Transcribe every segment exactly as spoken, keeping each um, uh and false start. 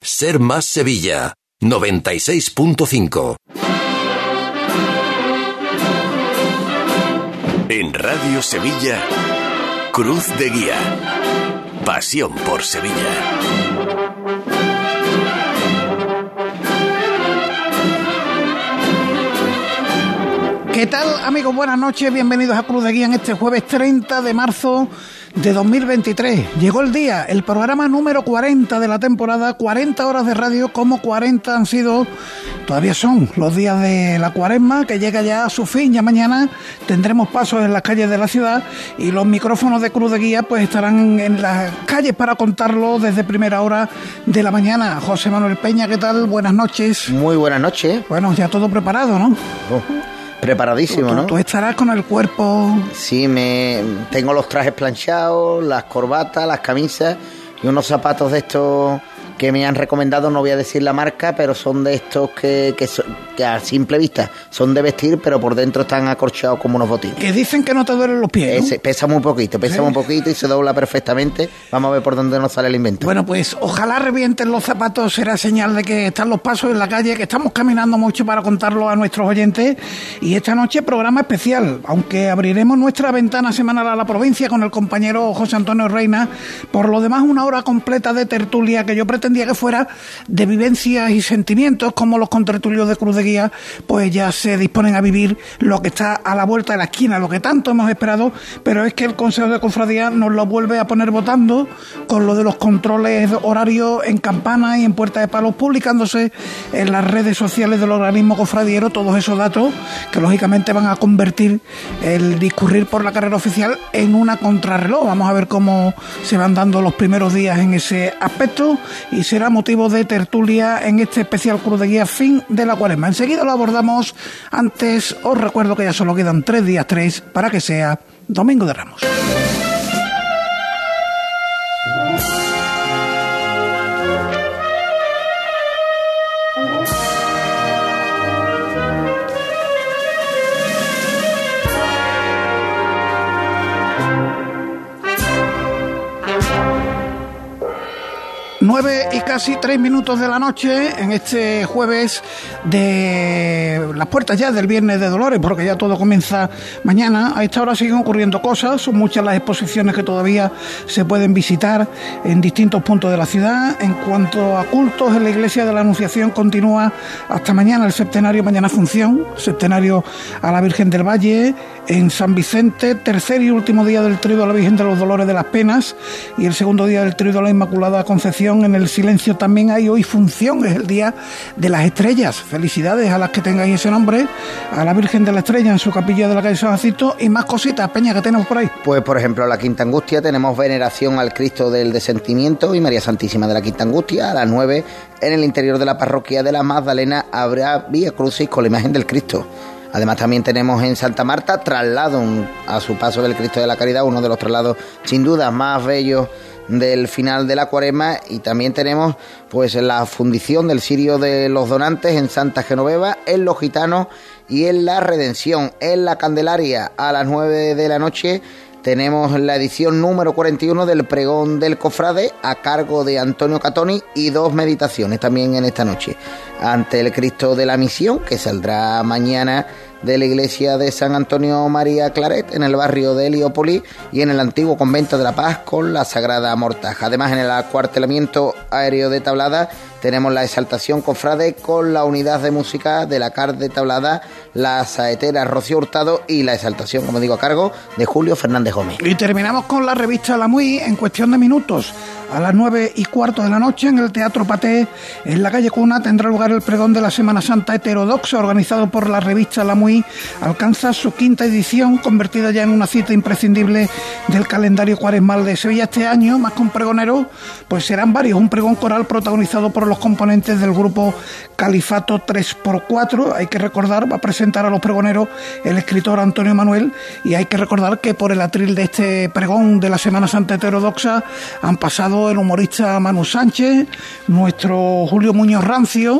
Ser Más Sevilla, noventa y seis punto cinco. En Radio Sevilla, Cruz de Guía. Pasión por Sevilla. ¿Qué tal, amigos? Buenas noches, bienvenidos a Cruz de Guía en este jueves treinta de marzo de dos mil veintitrés. Llegó el día, el programa número cuarenta de la temporada, cuarenta horas de radio, como cuarenta han sido, todavía son los días de la cuaresma, que llega ya a su fin. Ya mañana tendremos pasos en las calles de la ciudad y los micrófonos de Cruz de Guía pues estarán en las calles para contarlo desde primera hora de la mañana. José Manuel Peña, ¿qué tal? Buenas noches. Muy buenas noches. Bueno, ya todo preparado, ¿no? Oh. Preparadísimo, ¿Tú, ¿no? Tú estarás con el cuerpo... Sí, me tengo los trajes planchados, las corbatas, las camisas y unos zapatos de estos que me han recomendado, no voy a decir la marca, pero son de estos que, que, so, que a simple vista son de vestir, pero por dentro están acorchados como unos botines. Que dicen que no te duelen los pies, ¿no? Ese, pesa muy poquito, pesa ¿Sí? muy poquito y se dobla perfectamente. Vamos a ver por dónde nos sale el invento. Bueno, pues ojalá revienten los zapatos, será señal de que están los pasos en la calle, que estamos caminando mucho para contarlo a nuestros oyentes. Y esta noche programa especial, aunque abriremos nuestra ventana semanal a la provincia con el compañero José Antonio Reina. Por lo demás, una hora completa de tertulia que yo pretendía que fuera de vivencias y sentimientos, como los contertulios de Cruz de Guía pues ya se disponen a vivir lo que está a la vuelta de la esquina, lo que tanto hemos esperado. Pero es que el Consejo de Cofradía nos lo vuelve a poner votando con lo de los controles horarios en campana y en Puerta de Palos, publicándose en las redes sociales del organismo cofradiero todos esos datos que lógicamente van a convertir el discurrir por la carrera oficial en una contrarreloj. Vamos a ver cómo se van dando los primeros días en ese aspecto y será motivo de tertulia en este especial Cruz de Guía fin de la cuaresma. Enseguida lo abordamos. Antes os recuerdo que ya solo quedan tres días, tres, para que sea Domingo de Ramos. Nueve y casi tres minutos de la noche en este jueves de las puertas ya del Viernes de Dolores, porque ya todo comienza mañana. A esta hora siguen ocurriendo cosas, son muchas las exposiciones que todavía se pueden visitar en distintos puntos de la ciudad. En cuanto a cultos, en la Iglesia de la Anunciación continúa hasta mañana el septenario, mañana función, septenario a la Virgen del Valle. En San Vicente, tercer y último día del Tríodo a la Virgen de los Dolores de las Penas y el segundo día del Tríodo a la Inmaculada Concepción. En el Silencio también hay hoy función, es el Día de las Estrellas. Felicidades a las que tengáis ese nombre, a la Virgen de la Estrella en su capilla de la calle San Jacinto. Y más cositas, Peña, que tenemos por ahí. Pues por ejemplo, en la Quinta Angustia tenemos veneración al Cristo del Desentimiento y María Santísima de la Quinta Angustia. A las nueve, en el interior de la parroquia de la Magdalena, habrá Vía Crucis con la imagen del Cristo. Además también tenemos en Santa Marta traslado a su paso del Cristo de la Caridad, uno de los traslados sin duda más bellos del final de la cuaresma. Y también tenemos pues la fundición del Cirio de los Donantes en Santa Genoveva, en Los Gitanos y en la Redención. En la Candelaria a las nueve de la noche tenemos la edición número cuarenta y uno del Pregón del Cofrade a cargo de Antonio Catoni y dos meditaciones también en esta noche. Ante el Cristo de la Misión, que saldrá mañana de la iglesia de San Antonio María Claret en el barrio de Heliópolis y en el antiguo convento de la Paz con la Sagrada Mortaja. Además, en el acuartelamiento aéreo de Tablada tenemos la exaltación cofrade con la unidad de música de la Car de Tablada, la saetera Rocío Hurtado y la exaltación, como digo, a cargo de Julio Fernández Gómez. Y terminamos con la revista La Muy en cuestión de minutos. A las nueve y cuarto de la noche en el Teatro Paté, en la calle Cuna, tendrá lugar el pregón de la Semana Santa heterodoxa organizado por la revista La Muy. Alcanza su quinta edición, convertida ya en una cita imprescindible del calendario cuaresmal de Sevilla. Este año, más que un pregonero, pues serán varios. Un pregón coral protagonizado por los componentes del grupo Califato tres por cuatro. Hay que recordar, va a presentar a los pregoneros el escritor Antonio Manuel, y hay que recordar que por el atril de este pregón de la Semana Santa heterodoxa han pasado el humorista Manu Sánchez, nuestro Julio Muñoz Rancio,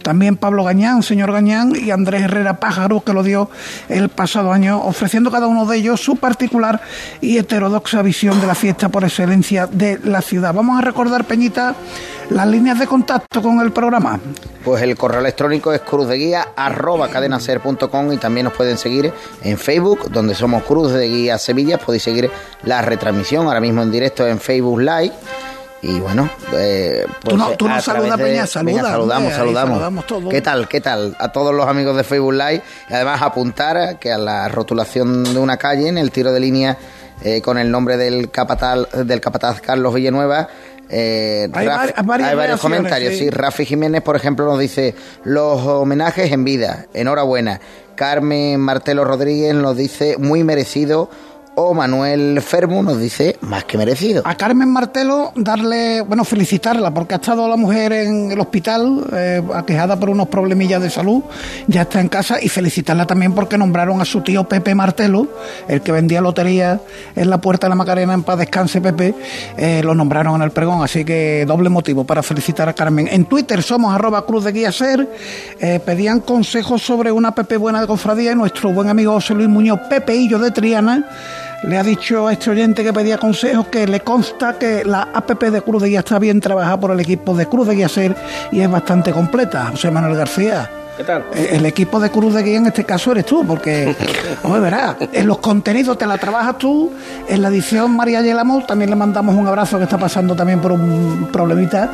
también Pablo Gañán, señor Gañán, y Andrés Herrera Pájaro, que lo dio el pasado año, ofreciendo cada uno de ellos su particular y heterodoxa visión de la fiesta por excelencia de la ciudad. Vamos a recordar, Peñita, las líneas de contacto con el programa. Pues el correo electrónico es cruzdeguía arroba cadenaser punto com y también nos pueden seguir en Facebook, donde somos Cruz de Guía Sevilla. Podéis seguir la retransmisión ahora mismo en directo en Facebook Live. Y bueno, eh, pues tú no, tú no saludas, de, Peña, saluda, venga, saludamos, hombre, saludamos. saludamos todos. ¿Qué tal, qué tal? A todos los amigos de Facebook Live. Y además apuntar que a la rotulación de una calle, en el tiro de línea eh, con el nombre del capataz, del capataz Carlos Villanueva, Eh, hay, Raf, var- hay varios comentarios, sí. sí. Rafi Jiménez, por ejemplo, nos dice: los homenajes en vida, enhorabuena. Carmen Martelo Rodríguez nos dice: muy merecido. O Manuel Fermo nos dice: más que merecido. A Carmen Martelo darle, bueno, felicitarla, porque ha estado la mujer en el hospital, eh, aquejada por unos problemillas de salud, ya está en casa, y felicitarla también porque nombraron a su tío Pepe Martelo, el que vendía lotería en la Puerta de la Macarena, en paz descanse Pepe, eh, lo nombraron en el pregón, así que doble motivo para felicitar a Carmen. En Twitter somos arroba Cruz de Guía Ser, eh, pedían consejos sobre una Pepe buena de cofradía, y nuestro buen amigo José Luis Muñoz, Pepeillo de Triana, le ha dicho a este oyente que pedía consejos que le consta que la app de Cruz de Guía está bien trabajada por el equipo de Cruz de Guía Ser y es bastante completa. José Manuel García, ¿qué tal? El equipo de Cruz de Guía en este caso eres tú, porque, hombre, verás, en los contenidos te la trabajas tú, en la edición María Yelamo también le mandamos un abrazo, que está pasando también por un problemita,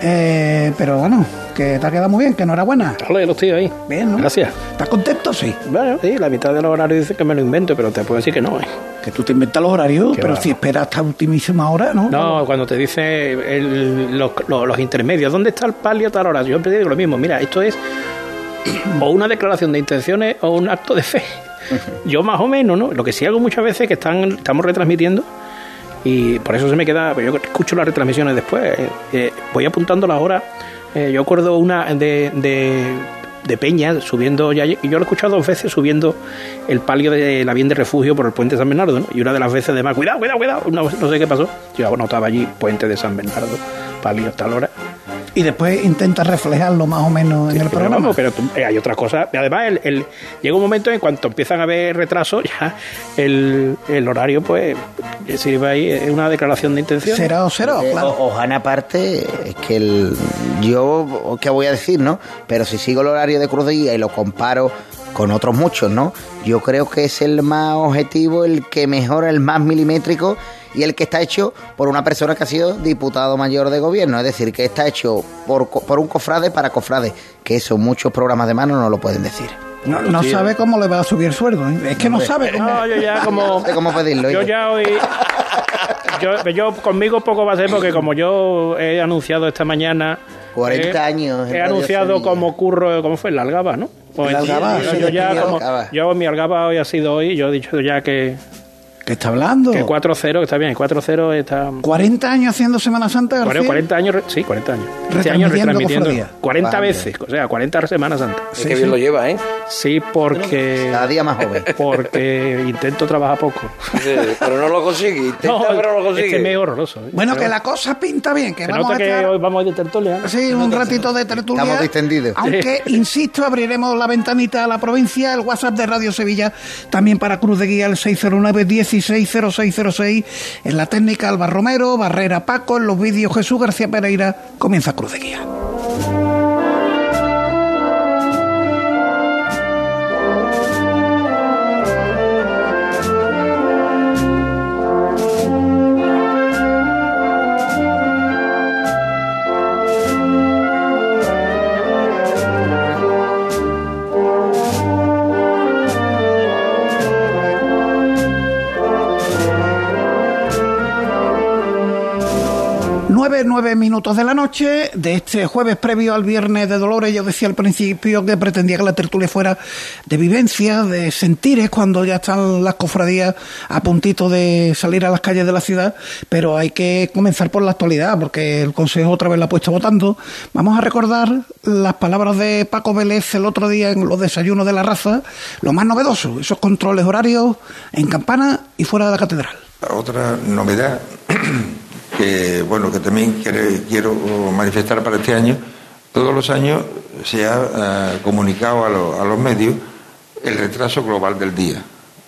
eh, pero bueno, que te ha quedado muy bien, que enhorabuena. Hola, los tíos ahí. Bien, ¿no? Gracias. ¿Estás contento? Sí. Bueno, sí, la mitad de los horarios dice que me lo invento, pero te puedo decir que no, ¿eh? Que tú te inventas los horarios, Qué pero va. si esperas hasta ultimísima hora, ¿no? No, cuando te dice el- los, los- los intermedios, ¿dónde está el palio a tal hora? Yo siempre digo lo mismo, mira, esto es o una declaración de intenciones o un acto de fe. Yo más o menos, ¿no? Lo que sí hago muchas veces es que están, estamos retransmitiendo y por eso se me queda, pues yo escucho las retransmisiones después, eh, eh, voy apuntando las horas. Eh, yo acuerdo una de, de, de Peña subiendo, ya, y yo lo he escuchado dos veces subiendo el palio de la Bien de Refugio por el puente de San Bernardo, ¿no? Y una de las veces además, cuidado, cuidado, cuidado, no, no sé qué pasó, yo notaba allí puente de San Bernardo, palio a tal hora. Y después intenta reflejarlo más o menos Sí, en el pero programa. vamos, pero tú- eh, hay otras cosas. Además, el, el- llega un momento en cuanto empiezan a haber retrasos, ya el, el horario, pues, sirve ahí, es una declaración de intención. Será o será, Eh, claro. o- Ojana aparte, es que el, yo, ¿qué voy a decir, no? Pero si sigo el horario de Cruz de Guía y lo comparo con otros muchos, ¿no? Yo creo que es el más objetivo, el que mejora, el más milimétrico y el que está hecho por una persona que ha sido diputado mayor de gobierno. Es decir, que está hecho por, co- por un cofrade para cofrade, que eso muchos programas de mano no lo pueden decir. No, no Sí, sabe cómo le va a subir el sueldo, ¿eh? Es que no sabe cómo. No, yo ya como... No sé cómo pedirlo. Yo oye. ya hoy... Yo, yo conmigo poco va a ser porque como yo he anunciado esta mañana... cuarenta eh, años en He Radio anunciado Sevilla. como curro... ¿Cómo fue? La Algaba, ¿no? Pues, La Algaba, yo, sí, yo ya sí, como... Algaba. Yo mi Algaba hoy ha sido hoy, yo he dicho ya que... ¿Qué está hablando? Que cuatro cero, está bien, cuatro cero está... cuarenta años haciendo Semana Santa, García. Bueno, cuarenta años, re- sí, cuarenta años. Este año Retransmitiendo retransmitiendo cofradía. cuarenta Vale. veces, o sea, cuarenta Semanas Santas. Es que bien lo lleva, ¿eh? Sí, porque Cada día más joven. porque intento trabajar poco. Sí, pero no lo consigue. Intenta, pero no lo consigue. es que me es horroroso. ¿eh? Bueno, Pero- que la cosa pinta bien, que se vamos nota a que estar... hoy vamos de tertulia. ¿no? Sí, un ratito de tertulia. Estamos distendidos. Aunque, insisto, abriremos la ventanita a la provincia, el WhatsApp de Radio Sevilla, también para Cruz de Guía, el seis cero nueve, dieciséis cero seis cero seis. En la técnica, Alba Romero, Barrera Paco, en los vídeos Jesús García Pereira. Comienza Cruz de Guía. Nueve, nueve minutos de la noche de este jueves previo al Viernes de Dolores. Yo decía al principio que pretendía que la tertulia fuera de vivencia, de sentires, cuando ya están las cofradías a puntito de salir a las calles de la ciudad, pero hay que comenzar por la actualidad, porque el Consejo otra vez la ha puesto votando. Vamos a recordar las palabras de Paco Vélez el otro día en los desayunos de la raza, lo más novedoso, esos controles horarios en Campana y fuera de la catedral. Otra novedad que bueno que también quiere- quiero manifestar para este año, Todos los años se ha uh, comunicado a, lo, a los medios el retraso global del día.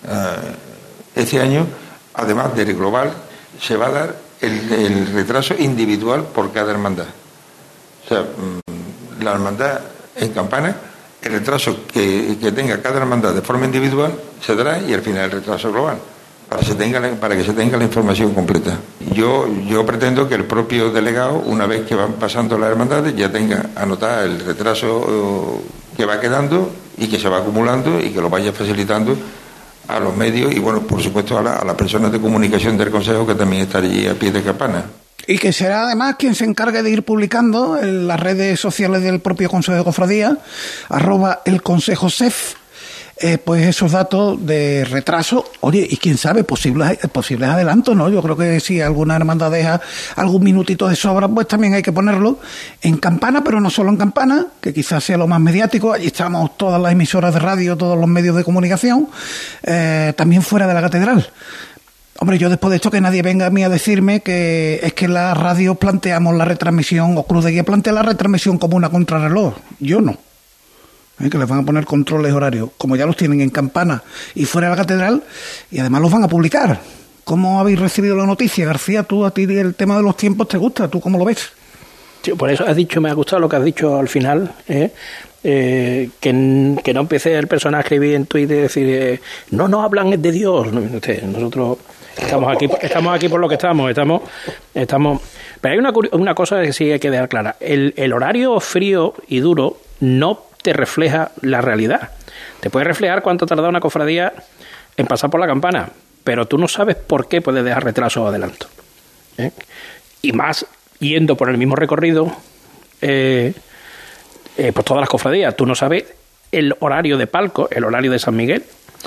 Uh, este año, además del global, se va a dar el, el retraso individual por cada hermandad. O sea, um, la hermandad en Campana, el retraso que, que tenga cada hermandad de forma individual se dará, y al final el retraso global, para, se tenga la, para que se tenga la información completa. Yo, yo pretendo que el propio delegado, una vez que van pasando las hermandades, ya tenga anotada el retraso uh, que va quedando y que se va acumulando, y que lo vaya facilitando a los medios y, bueno, por supuesto a, la, a las personas de comunicación del Consejo, que también están allí a pie de campana. Y que será además quien se encargue de ir publicando en las redes sociales del propio Consejo de Cofradía, arroba el Consejo C E F, eh, pues esos datos de retraso, oye, y quién sabe, posibles, posibles adelantos, ¿no? Yo creo que si alguna hermandad deja algún minutito de sobra, pues también hay que ponerlo en Campana, pero no solo en Campana, que quizás sea lo más mediático. Allí estamos todas las emisoras de radio, todos los medios de comunicación, eh, también fuera de la catedral. Hombre, yo después de esto que nadie venga a mí a decirme que es que la radio planteamos la retransmisión, o Cruz de Guía plantea la retransmisión como una contrarreloj. Yo no. ¿Eh? Que les van a poner controles horarios, como ya los tienen en Campana y fuera de la catedral, y además los van a publicar. ¿Cómo habéis recibido la noticia, García? Tú, a ti el tema de los tiempos te gusta, ¿tú cómo lo ves? Sí, por eso has dicho, me ha gustado lo que has dicho al final, ¿eh? Eh, que, que no empecé el personaje a escribir en Twitter y decir, eh, no nos hablan de Dios. No, nosotros estamos aquí, estamos aquí por lo que estamos, estamos, estamos. Pero hay una, una cosa que sí hay que dejar clara: el, el horario frío y duro no te refleja la realidad. Te puede reflejar cuánto tarda una cofradía en pasar por la campana, pero tú no sabes por qué puedes dejar retraso o adelanto, ¿eh? Y más yendo por el mismo recorrido, eh, eh, pues todas las cofradías. Tú no sabes el horario de palco, el horario de San Miguel,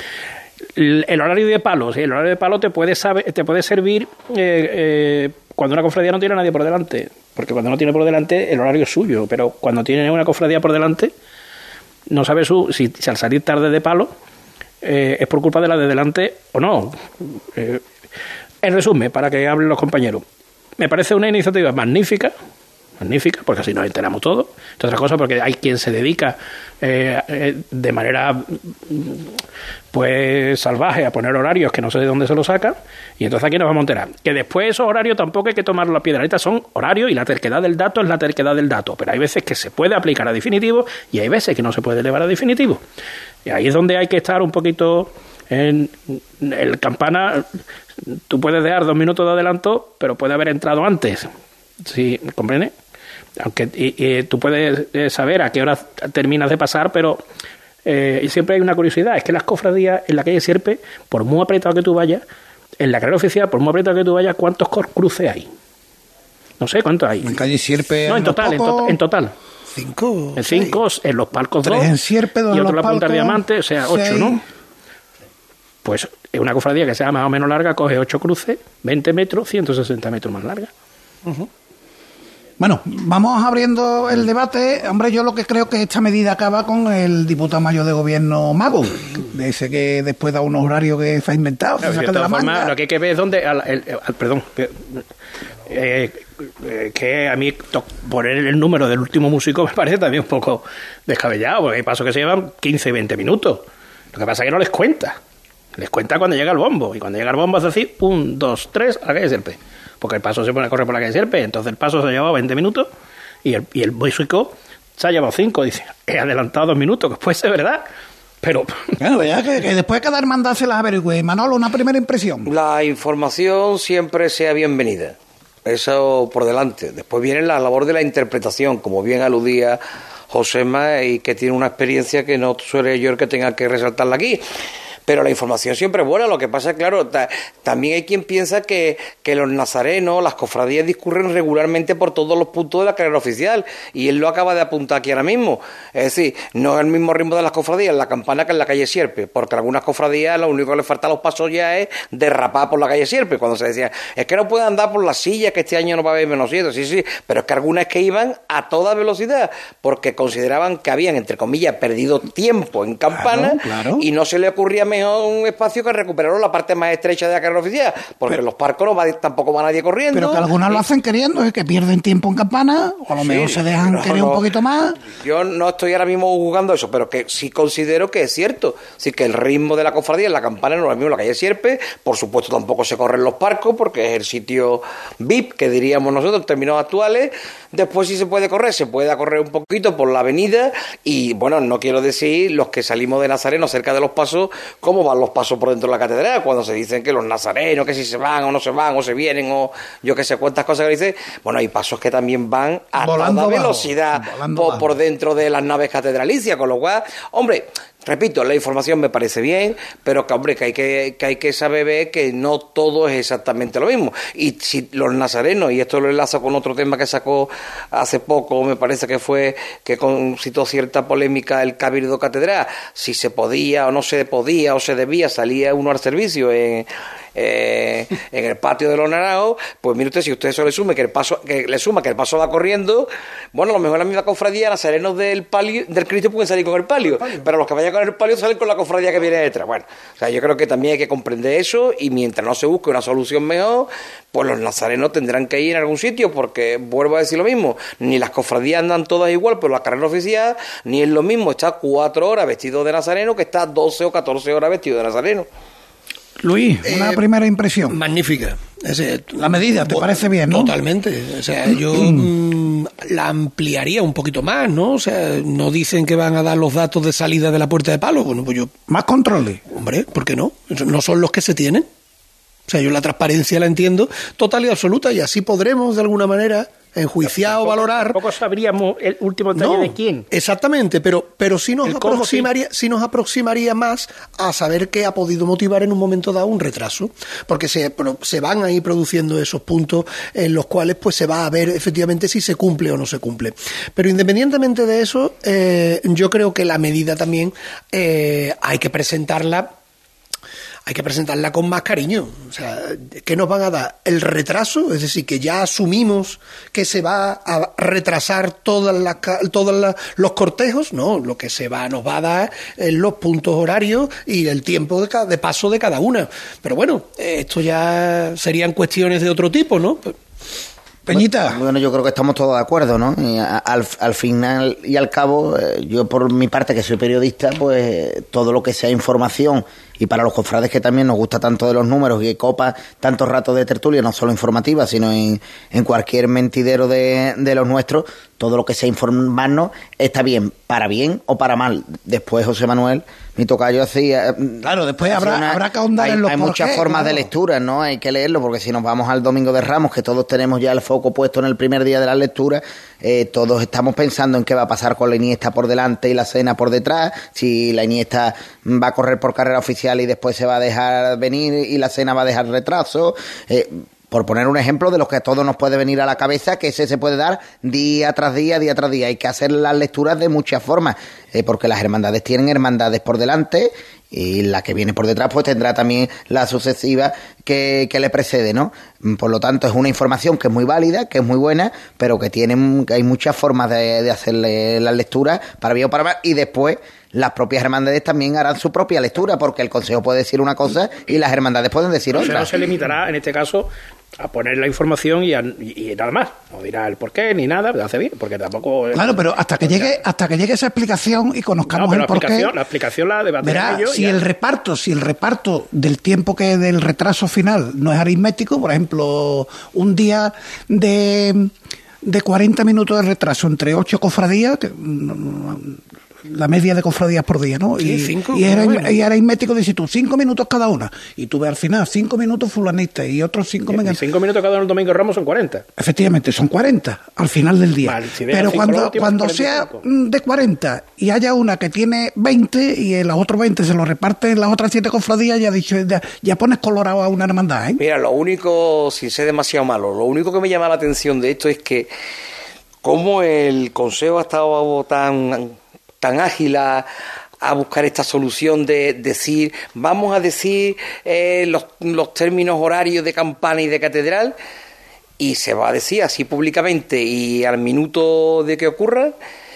el, el horario de palo. ¿Sí? El horario de palo te puede saber, te puede servir eh, eh, cuando una cofradía no tiene a nadie por delante, porque cuando no tiene por delante el horario es suyo, pero cuando tiene una cofradía por delante no sabe su, si, si al salir tarde de palo eh, es por culpa de la de delante o no. Eh, en resumen, para que hablen los compañeros, me parece una iniciativa magnífica, magnífica, porque así nos enteramos todos. Entre otras cosas, porque hay quien se dedica eh, eh, de manera pues salvaje a poner horarios que no sé de dónde se los saca, y entonces aquí nos vamos a enterar. Que después esos horarios tampoco hay que tomarlo a la piedradita, son horarios y la terquedad del dato es la terquedad del dato, pero hay veces que se puede aplicar a definitivo y hay veces que no se puede elevar a definitivo. Y ahí es donde hay que estar un poquito en el campana. Tú puedes dejar dos minutos de adelanto, pero puede haber entrado antes. ¿Sí? ¿Comprende? Aunque y, y, tú puedes saber a qué hora terminas de pasar, pero eh, y siempre hay una curiosidad, es que las cofradías en la calle Sierpe, por muy apretado que tú vayas, en la carrera oficial, por muy apretado que tú vayas, ¿cuántos cruces hay? No sé cuántos hay. En calle Sierpe. No, en total, en, to en total. Cinco. En cinco, seis. En los palcos tres dos. En Sierpe, dos y otro en la los Punta palcos, Diamante, o sea, ocho, seis. ¿no? Pues una cofradía que sea más o menos larga coge ocho cruces, veinte metros, ciento sesenta metros más larga. Uh-huh. Bueno, vamos abriendo el debate. Hombre, yo lo que creo que esta medida acaba con el diputado mayor de gobierno Mago, de ese que después da unos horarios que se ha inventado. No, se saca de de la forma, manga. lo que hay que ver es dónde... Al, el, el, perdón. Eh, eh, que a mí poner el número del último músico me parece también un poco descabellado, porque hay pasos que se llevan quince y veinte minutos. Lo que pasa es que no les cuenta. Les cuenta cuando llega el bombo. Y cuando llega el bombo es decir, un, dos, tres, a la calle Sierpe. Porque el paso se pone a correr por la calle Sierpe. Entonces el paso se ha llevado veinte minutos y el, y el músico se ha llevado cinco. Dice, he adelantado dos minutos, que puede ser verdad. Pero... Bueno, ya que, que después cada hermandad se las averigüe. Manolo, una primera impresión. La información siempre sea bienvenida. Eso por delante. Después viene la labor de la interpretación, como bien aludía Josema, y que tiene una experiencia que no suele yo el que tenga que resaltarla aquí. Pero la información siempre es buena. Lo que pasa es, claro, ta también hay quien piensa que, que los nazarenos, las cofradías discurren regularmente por todos los puntos de la carrera oficial, y él lo acaba de apuntar aquí ahora mismo. Es decir, no es el mismo ritmo de las cofradías en la Campana que en la calle Sierpe, porque algunas cofradías lo único que les falta a los pasos ya es derrapar por la calle Sierpe, cuando se decía, es que no pueden andar por las sillas, que este año no va a haber menos siete. Sí, sí, pero es que algunas que iban a toda velocidad, porque consideraban que habían, entre comillas, perdido tiempo en Campana, claro, claro. Y no se le ocurría mejor un espacio que recuperarlo la parte más estrecha de la carrera oficial, porque pero, los parcos no va, tampoco va nadie corriendo. Pero que algunos lo hacen queriendo, es que pierden tiempo en campana, o a lo sí, mejor se dejan querer no, un poquito más. Yo no estoy ahora mismo jugando eso, pero que sí considero que es cierto. Así que el ritmo de la cofradía en la campana no es lo mismo en la calle Sierpe, por supuesto tampoco se corren los parcos, porque es el sitio V I P, que diríamos nosotros en términos actuales. Después sí se puede correr, se puede correr un poquito por la avenida, y bueno, no quiero decir los que salimos de Nazareno cerca de los pasos, cómo van los pasos por dentro de la catedral, cuando se dicen que los nazarenos, que si se van o no se van, o se vienen, o yo que sé cuántas cosas que dicen. Bueno, hay pasos que también van a volando toda velocidad bajo, por, por dentro de las naves catedralicias, con lo cual, hombre, repito, la información me parece bien, pero que, hombre, que hay que, que hay que saber ver que no todo es exactamente lo mismo. Y si los nazarenos, y esto lo enlazo con otro tema que sacó hace poco, me parece que fue, que concitó cierta polémica el Cabildo Catedral, si se podía o no se podía o se debía, salía uno al servicio en... Eh, en el patio de los Naranjos, pues mire usted, si usted eso le sume que el paso, que le suma que el paso va corriendo, bueno, a lo mejor la misma cofradía, nazarenos del palio, del Cristo pueden salir con el palio, el palio, pero los que vayan con el palio salen con la cofradía que viene detrás. Bueno, o sea, yo creo que también hay que comprender eso, y mientras no se busque una solución mejor, pues los nazarenos tendrán que ir en algún sitio, porque vuelvo a decir lo mismo, ni las cofradías andan todas igual por la carrera oficial, ni es lo mismo estar cuatro horas vestido de nazareno que estar doce o catorce horas vestido de nazareno. Luis, una eh, primera impresión. Magnífica. Ese, la medida, ¿te parece bien, no? Totalmente. O sea, yo mm, la ampliaría un poquito más, ¿no? O sea, no dicen que van a dar los datos de salida de la Puerta de Palo. Bueno, pues yo... Más controles. Hombre, ¿por qué no? No son los que se tienen. O sea, yo la transparencia la entiendo total y absoluta, y así podremos, de alguna manera, enjuiciar o valorar. Tampoco sabríamos el último detalle no, de quién. Exactamente, pero, pero sí nos aproximaría, sí nos aproximaría más a saber qué ha podido motivar en un momento dado un retraso, porque se, se van a ir produciendo esos puntos en los cuales pues se va a ver efectivamente si se cumple o no se cumple. Pero independientemente de eso, eh, yo creo que la medida también eh, hay que presentarla. Hay que presentarla con más cariño. O sea, ¿qué nos van a dar? El retraso, es decir, que ya asumimos que se va a retrasar todas las, todos las, los cortejos. No, lo que se va nos va a dar es los puntos horarios y el tiempo de, cada, de paso de cada una. Pero bueno, esto ya serían cuestiones de otro tipo, ¿no? Peñita. Bueno, yo creo que estamos todos de acuerdo, ¿no? Y al, al final y al cabo, yo por mi parte, que soy periodista, pues todo lo que sea información, y para los cofrades que también nos gusta tanto de los números y copa tantos ratos de tertulia, no solo informativa, sino en, en cualquier mentidero de, de los nuestros, todo lo que sea informarnos está bien, para bien o para mal. Después José Manuel, mi tocayo, hacía... Claro, después habrá, una, habrá que ahondar hay, en los Hay muchas qué, formas claro. de lectura, ¿no? Hay que leerlo, porque si nos vamos al Domingo de Ramos, que todos tenemos ya el foco puesto en el primer día de la lectura, eh, todos estamos pensando en qué va a pasar con la Iniesta por delante y la Cena por detrás, si la Iniesta va a correr por carrera oficial y después se va a dejar venir y la Cena va a dejar retraso... Eh, por poner un ejemplo de los que a todos nos puede venir a la cabeza, que ese se puede dar día tras día, día tras día. Hay que hacer las lecturas de muchas formas, eh, porque las hermandades tienen hermandades por delante y la que viene por detrás pues tendrá también la sucesiva que, que le precede, ¿no? Por lo tanto, es una información que es muy válida, que es muy buena, pero que tienen, que hay muchas formas de, de hacerle las lecturas, para bien o para mal, y después las propias hermandades también harán su propia lectura, porque el Consejo puede decir una cosa y las hermandades pueden decir otra. No se limitará, en este caso, a poner la información y, a, y, y nada más. No dirá el por qué ni nada, pero hace bien, porque tampoco... Claro, pero hasta que llegue hasta que llegue esa explicación y conozcamos no, el por qué... La explicación la debatirán ellos. Si ya. el reparto, si el reparto del tiempo que del retraso final no es aritmético, por ejemplo, un día de, de cuarenta minutos de retraso entre ocho cofradías... Que, la media de cofradías por día, ¿no? Sí, y, cinco, y, era, bueno. y era aritmético, dices tú, cinco minutos cada una. Y tú ves al final, cinco minutos fulanista y otros cinco... Y mega... cinco minutos cada uno el Domingo Ramos son cuarenta. Efectivamente, son cuarenta al final del día. Vale, si pero cuando, cuando sea de cuarenta y haya una que tiene veinte y en los otros veinte se lo reparten las otras siete cofradías, ya, dicho, ya, ya pones colorado a una hermandad, ¿eh? Mira, lo único, sin ser demasiado malo, lo único que me llama la atención de esto es que como el Consejo ha estado tan... tan ágil a, a buscar esta solución de decir, vamos a decir eh, los, los términos horarios de campana y de catedral, y se va a decir así públicamente y al minuto de que ocurra,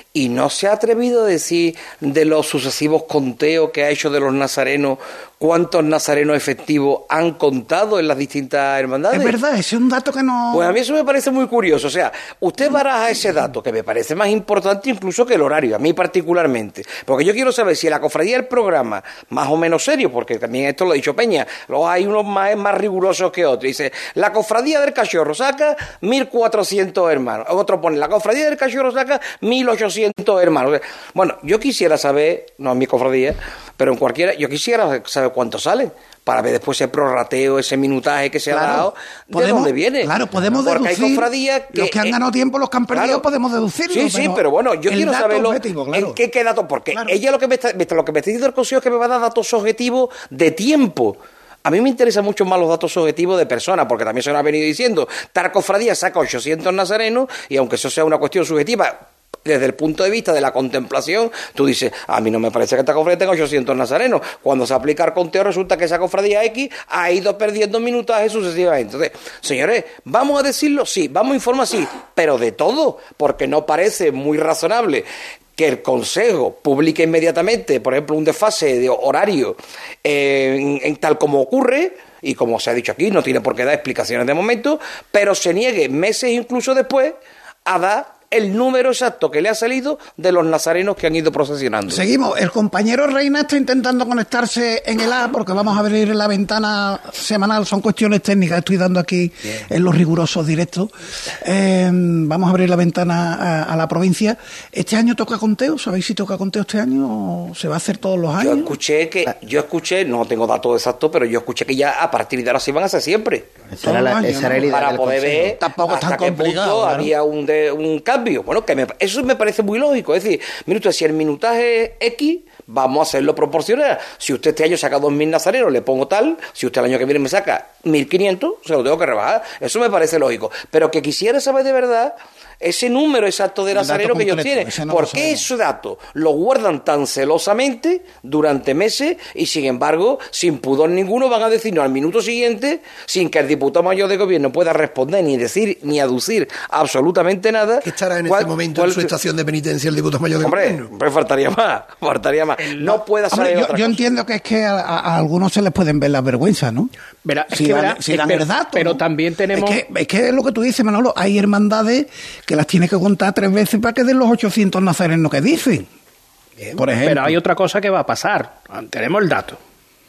y no se ha atrevido a decir de los sucesivos conteos que ha hecho de los nazarenos, cuántos nazarenos efectivos han contado en las distintas hermandades. Es verdad, ese es un dato que no... Pues a mí eso me parece muy curioso. O sea, usted baraja ese dato, que me parece más importante incluso que el horario, a mí particularmente. Porque yo quiero saber si la cofradía del programa, más o menos serio, porque también esto lo ha dicho Peña, luego hay unos más, más rigurosos que otros. Dice, la cofradía del Cachorro saca mil cuatrocientos hermanos. Otro pone, la cofradía del Cachorro saca mil ochocientos hermanos. Bueno, yo quisiera saber, no en mi cofradía, pero en cualquiera, yo quisiera saber cuántos salen, para ver después ese prorrateo, ese minutaje que se claro, ha dado, de podemos, dónde viene. Claro, podemos porque deducir, hay cofradías que... los que han ganado tiempo, los que han perdido, claro, podemos deducirlo. Sí, sí, pero, pero bueno, yo quiero saberlo objetivo, claro. en qué, qué datos, porque claro. ella lo que me está, lo que me está diciendo el consejo es que me va a dar datos objetivos de tiempo. A mí me interesan mucho más los datos objetivos de personas, porque también se nos ha venido diciendo, tal cofradía saca ochocientos nazarenos, y aunque eso sea una cuestión subjetiva, desde el punto de vista de la contemplación, tú dices, a mí no me parece que esta cofradía tenga ochocientos nazarenos. Cuando se aplica el conteo, resulta que esa cofradía X ha ido perdiendo minutajes sucesivamente. Entonces, señores, ¿vamos a decirlo? Sí, vamos a informar, sí, pero de todo, porque no parece muy razonable que el Consejo publique inmediatamente, por ejemplo, un desfase de horario eh, en, en tal como ocurre, y como se ha dicho aquí, no tiene por qué dar explicaciones de momento, pero se niegue meses incluso después a dar el número exacto que le ha salido de los nazarenos que han ido procesionando. Seguimos. El compañero Reina está intentando conectarse en el A porque vamos a abrir la ventana semanal. Son cuestiones técnicas. Estoy dando aquí Bien. en los rigurosos directos. Eh, vamos a abrir la ventana a, a la provincia. ¿Este año toca conteo? ¿Sabéis si toca conteo este año o se va a hacer todos los años? Yo escuché que, yo escuché, no tengo datos exactos, pero yo escuché que ya a partir de ahora sí van a hacer siempre. Esa era la, esa era la idea para del poder consejo. ver Tampoco hasta tan qué complicado, punto claro. había un, de, un cambio. Bueno, que me, eso me parece muy lógico. Es decir, mire usted, si el minutaje es X, vamos a hacerlo proporcional. Si usted este año saca dos mil nazarenos, le pongo tal. Si usted el año que viene me saca mil quinientos, se lo tengo que rebajar. Eso me parece lógico. Pero que quisiera saber de verdad ese número exacto de nazarenos que ellos tienen. No ¿Por qué ese dato lo guardan tan celosamente durante meses y, sin embargo, sin pudor ninguno, van a decirnos al minuto siguiente, sin que el diputado mayor de gobierno pueda responder, ni decir, ni aducir absolutamente nada? ¿Qué estará en ¿Cuál, este momento cuál, en su estación de penitencia el diputado mayor de hombre, gobierno? Hombre, faltaría más, faltaría más. No pueda saber Hombre, yo, otra yo cosa. entiendo que es que a, a, a algunos se les pueden ver las vergüenzas, ¿no? Verá, si es que dan, verá, si es dan pero, el dato. Pero ¿no? también tenemos... Es que, es que es lo que tú dices, Manolo. Hay hermandades que las tienes que contar tres veces para que den los ochocientos nazarenos que dicen. Bien, por ejemplo. Pero hay otra cosa que va a pasar. Tenemos el dato.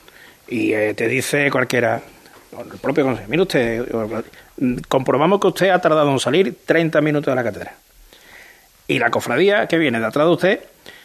Y eh, te dice cualquiera, el propio consejo, mire usted, comprobamos que usted ha tardado en salir treinta minutos de la catedral. Y la cofradía que viene de atrás de usted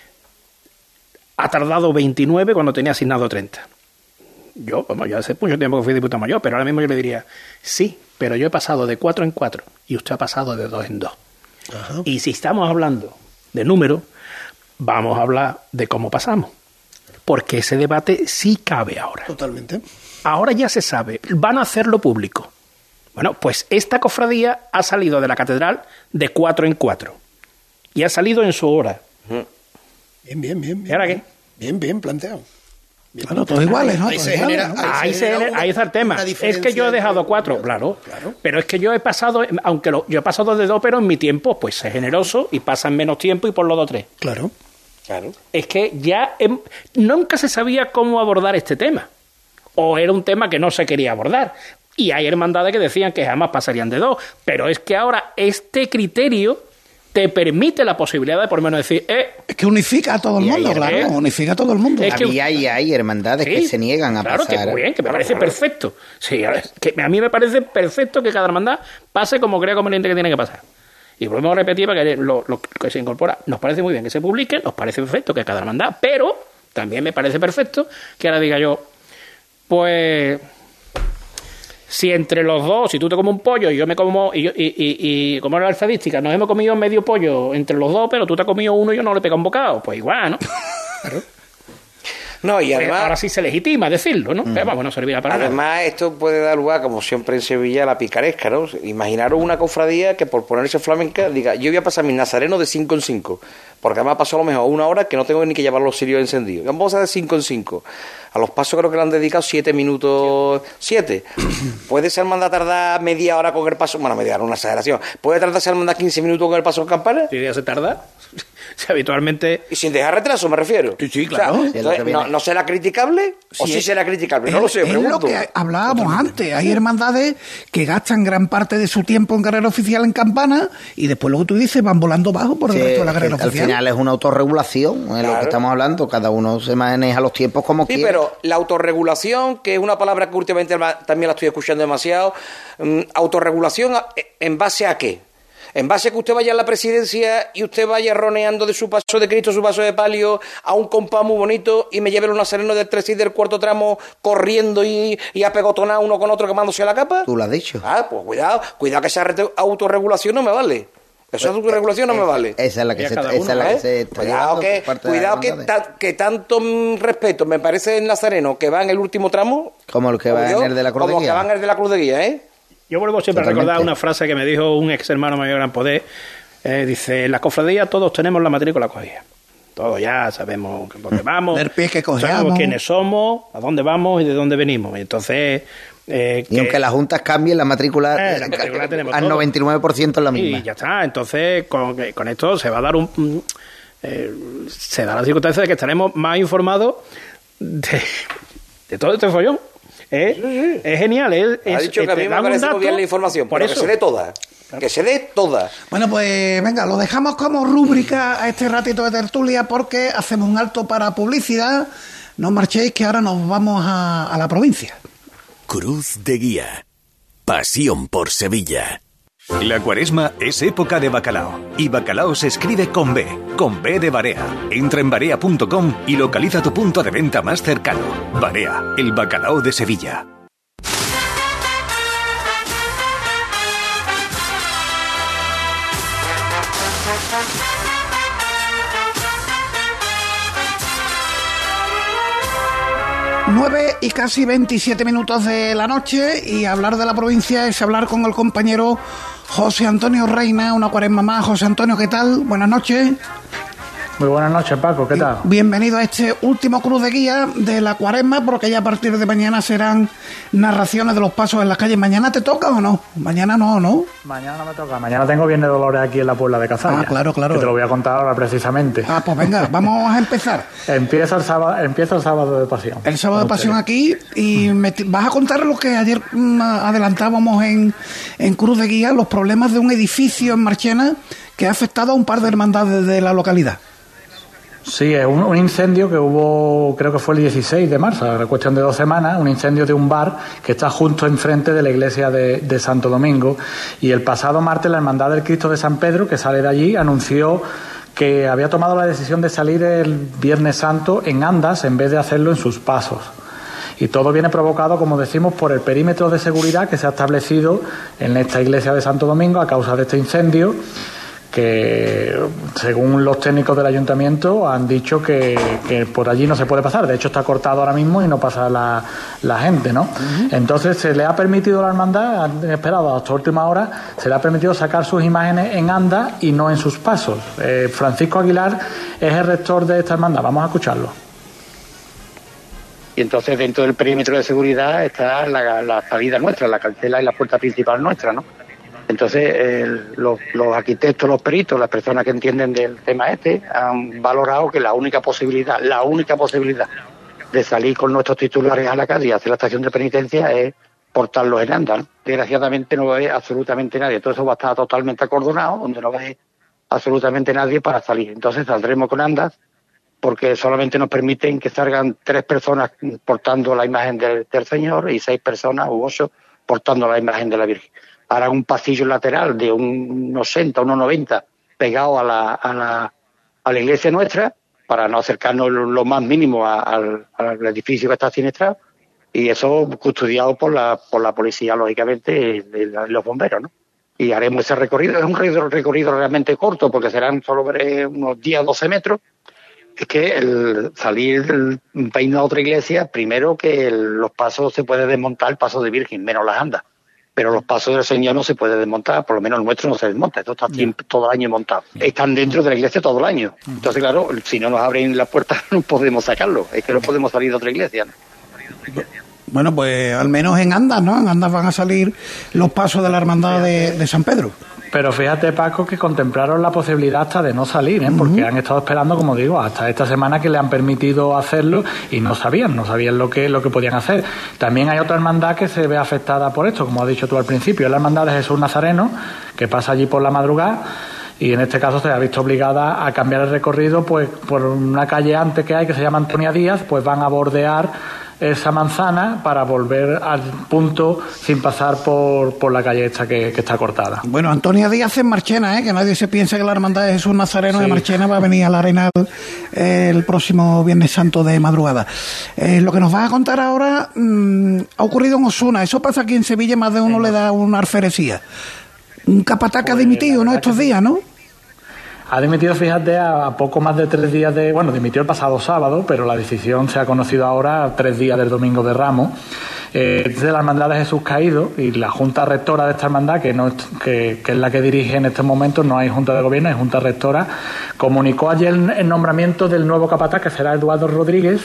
ha tardado veintinueve cuando tenía asignado treinta. Yo, vamos, yo hace mucho tiempo que fui diputado mayor, pero ahora mismo yo le diría, sí, pero yo he pasado de cuatro en cuatro y usted ha pasado de dos en dos. Ajá. Y si estamos hablando de números, vamos a hablar de cómo pasamos. Porque ese debate sí cabe ahora. Totalmente. Ahora ya se sabe, van a hacerlo público. Bueno, pues esta cofradía ha salido de la catedral de cuatro en cuatro. Y ha salido en su hora. Bien, bien, bien. bien ¿Y ahora qué? Bien, bien planteado. Bien, bueno, todos iguales, ¿no? Ahí Todos se iguales, genera, ¿no? ahí Ahí, se se, genera una, ahí está el tema. Es que yo he dejado cuatro, claro, claro. Pero es que yo he pasado, aunque lo, yo he pasado de dos, pero en mi tiempo, pues es generoso y pasan menos tiempo y por los dos tres. Claro. Claro. Es que ya em, nunca se sabía cómo abordar este tema. O era un tema que no se quería abordar. Y hay hermandades que decían que jamás pasarían de dos. Pero es que ahora este criterio te permite la posibilidad de por lo menos decir... Eh, es que unifica a todo el y mundo, hay, claro. ¿eh? Unifica a todo el mundo. Es que, Había y hay hermandades sí, que se niegan a claro, pasar. Claro, que muy bien, que me parece perfecto. Sí, a, ver, que a mí me parece perfecto que cada hermandad pase como crea conveniente que tiene que pasar. Y volvemos a repetir para que lo, lo que se incorpora. Nos parece muy bien que se publique, nos parece perfecto que cada hermandad, pero también me parece perfecto que ahora diga yo, pues... Si entre los dos, si tú te comes un pollo y yo me como, y, yo, y, y, y como era la estadística, nos hemos comido medio pollo entre los dos, pero tú te has comido uno y yo no le he pegado un bocado, pues igual, ¿no? Claro. No, y además... Ahora sí se legitima decirlo, ¿no? Uh-huh. Pero vamos, no servirá para además, nada. Además, esto puede dar lugar, como siempre en Sevilla, a la picaresca, ¿no? Imaginaros una cofradía que por ponerse flamenca diga, yo voy a pasar mis nazarenos de cinco en cinco. porque además pasó a lo mejor una hora que no tengo ni que llevar los cirios encendidos. Vamos a hacer cinco en cinco. A los pasos creo que le han dedicado siete minutos. Siete. ¿Puede ser hermandad tardar media hora con el paso? Bueno, media hora, una exageración. ¿Puede tardar ser hermandad quince minutos con el paso en campana? Sí, ya se tarda. Si habitualmente... Y sin dejar retraso, me refiero. Sí, sí, claro. O sea, entonces, ¿no, ¿No será criticable? ¿O sí, sí será criticable? No es, lo sé, es pregunto. lo que hablábamos antes. Hay hermandades que gastan gran parte de su tiempo en carrera oficial en campana y después, luego tú dices, van volando bajo por el Sí, resto de la carrera al oficial. Al final es una autorregulación, es Claro. lo que estamos hablando. Cada uno se maneja los tiempos como Sí, quiere. pero la autorregulación, que es una palabra que últimamente también la estoy escuchando demasiado, um, autorregulación, ¿en base a qué? En base a que usted vaya a la presidencia y usted vaya roneando de su paso de Cristo, su paso de palio, a un compás muy bonito y me lleve los nazarenos del tres y del cuarto tramo corriendo y, y apegotonado uno con otro quemándose la capa. Tú lo has dicho. Ah, pues cuidado, cuidado que esa autorregulación no me vale. Esa autorregulación no me vale. Esa es la que Y a se, cada esa uno, es la que ¿eh? se está Cuidado llevando que, por parte de cuidado las que, hermandades. ta- que tanto mm, respeto me parece el nazareno que va en el último tramo. Como el que va yo, en el de la Cruz de Como que Guía. va en el de la Cruz de Guía, ¿eh? Yo vuelvo siempre Totalmente. a recordar una frase que me dijo un ex hermano mayor gran poder. Eh, dice, en la cofradía todos tenemos la matrícula cogida. Todos ya sabemos por dónde vamos. Del pie que cojeamos. Sabemos quiénes somos, a dónde vamos y de dónde venimos. Y entonces... Eh, Y que- aunque las juntas cambien, la matrícula, Eh, la matrícula tenemos al todo. noventa y nueve por ciento es la misma. Y ya está. Entonces, con, con esto se va a dar un... mm, eh, se da la circunstancia de que estaremos más informados de, de todo este follón. ¿Eh? Es genial. Es, Ha es- dicho que a te mí me dan un parece muy dato, bien la información, por pero eso. que se dé toda. Que se dé toda. Bueno, pues venga, lo dejamos como rúbrica a este ratito de tertulia porque hacemos un alto para publicidad. No marchéis que ahora nos vamos a, a la provincia. Cruz de Guía. Pasión por Sevilla. La cuaresma es época de bacalao. Y bacalao se escribe con B, con B de Barea. Entra en barea punto com y localiza tu punto de venta más cercano. Barea, el bacalao de Sevilla. Nueve y casi veintisiete minutos de la noche y hablar de la provincia es hablar con el compañero José Antonio Reina, una cuaresma más. José Antonio, ¿qué tal? Buenas noches. Muy buenas noches, Paco, ¿qué tal? Bienvenido a este último Cruz de Guía de la cuaresma, porque ya a partir de mañana serán narraciones de los pasos en las calles. ¿Mañana te toca o no? Mañana no, ¿no? Mañana no me toca, mañana tengo Viernes de Dolores aquí en la Puebla de Cazalla. Ah, claro, claro. Que te lo voy a contar ahora precisamente. Ah, pues venga, vamos a empezar. Empieza el sábado, empieza el sábado de pasión. El sábado de Con pasión ustedes. aquí y me t- vas a contar lo que ayer mm, adelantábamos en, en Cruz de Guía, los problemas de un edificio en Marchena que ha afectado a un par de hermandades de la localidad. Sí, es un, un incendio que hubo, creo que fue el dieciséis de marzo, a cuestión de dos semanas, un incendio de un bar que está justo enfrente de la iglesia de, de Santo Domingo. Y el pasado martes la Hermandad del Cristo de San Pedro, que sale de allí, anunció que había tomado la decisión de salir el Viernes Santo en andas en vez de hacerlo en sus pasos. Y todo viene provocado, como decimos, por el perímetro de seguridad que se ha establecido en esta iglesia de Santo Domingo a causa de este incendio, que según los técnicos del ayuntamiento han dicho que, que por allí no se puede pasar. De hecho está cortado ahora mismo y no pasa la, la gente, ¿no? Uh-huh. Entonces se le ha permitido a la hermandad, han esperado hasta última hora, se le ha permitido sacar sus imágenes en andas y no en sus pasos. eh, Francisco Aguilar es el rector de esta hermandad, vamos a escucharlo. Y entonces dentro del perímetro de seguridad está la, la salida nuestra, la cancela y la puerta principal nuestra, ¿no? Entonces, eh, los, los arquitectos, los peritos, las personas que entienden del tema este, han valorado que la única posibilidad, la única posibilidad de salir con nuestros titulares a la calle y hacer la estación de penitencia es portarlos en andas, ¿no? Desgraciadamente no ve absolutamente nadie. Todo eso va a estar totalmente acordonado, donde no ve absolutamente nadie para salir. Entonces saldremos con andas, porque solamente nos permiten que salgan tres personas portando la imagen del, del Señor y seis personas u ocho portando la imagen de la Virgen. Harán un pasillo lateral de un ochenta, unos noventa, pegado a la, a la, a la iglesia nuestra, para no acercarnos lo, lo más mínimo a, al, al edificio que está siniestrado, y eso custodiado por la, por la policía, lógicamente, y, y los bomberos, ¿no? Y haremos ese recorrido. Es un recorrido, recorrido realmente corto, porque serán solo unos diez o doce metros. Es que el salir para ir a otra iglesia, primero que el, los pasos se puede desmontar, el paso de Virgen, menos las andas. pero los pasos del Señor no se puede desmontar, por lo menos el nuestro no se desmonta, esto está siempre, todo el año montado. Están dentro de la iglesia todo el año. Entonces, claro, si no nos abren las puertas no podemos sacarlo, es que no podemos salir de otra iglesia, ¿no? Bueno, pues al menos en Andas, ¿no? En Andas van a salir los pasos de la hermandad de, de San Pedro. Pero fíjate, Paco, que contemplaron la posibilidad hasta de no salir, ¿eh? Porque uh-huh. han estado esperando, como digo, hasta esta semana que le han permitido hacerlo y no sabían, no sabían lo que, lo que podían hacer. También hay otra hermandad que se ve afectada por esto, como has dicho tú al principio, es la hermandad de Jesús Nazareno, que pasa allí por la madrugada y en este caso se ha visto obligada a cambiar el recorrido, pues por una calle antes que hay, que se llama Antonia Díaz, pues van a bordear esa manzana para volver al punto sin pasar por, por la calle esta que, que está cortada. Bueno, Antonia Díaz es Marchena, ¿eh? Que nadie se piense que la hermandad de Jesús Nazareno sí. de Marchena va a venir a la Arenal eh, el próximo Viernes Santo de madrugada. Eh, lo que nos vas a contar ahora mmm, ha ocurrido en Osuna. Eso pasa aquí en Sevilla, más de uno sí. le da una alferecía. Un capataz que ha dimitido, ¿no? Estos días, ¿no? Ha dimitido, fíjate, a poco más de tres días de... Bueno, dimitió el pasado sábado, pero la decisión se ha conocido ahora a tres días del Domingo de Ramos. Eh, es de la Hermandad de Jesús Caído y la Junta Rectora de esta hermandad, que, no, que, que es la que dirige en estos momentos, no hay Junta de Gobierno, hay Junta Rectora, comunicó ayer el nombramiento del nuevo capataz, que será Eduardo Rodríguez,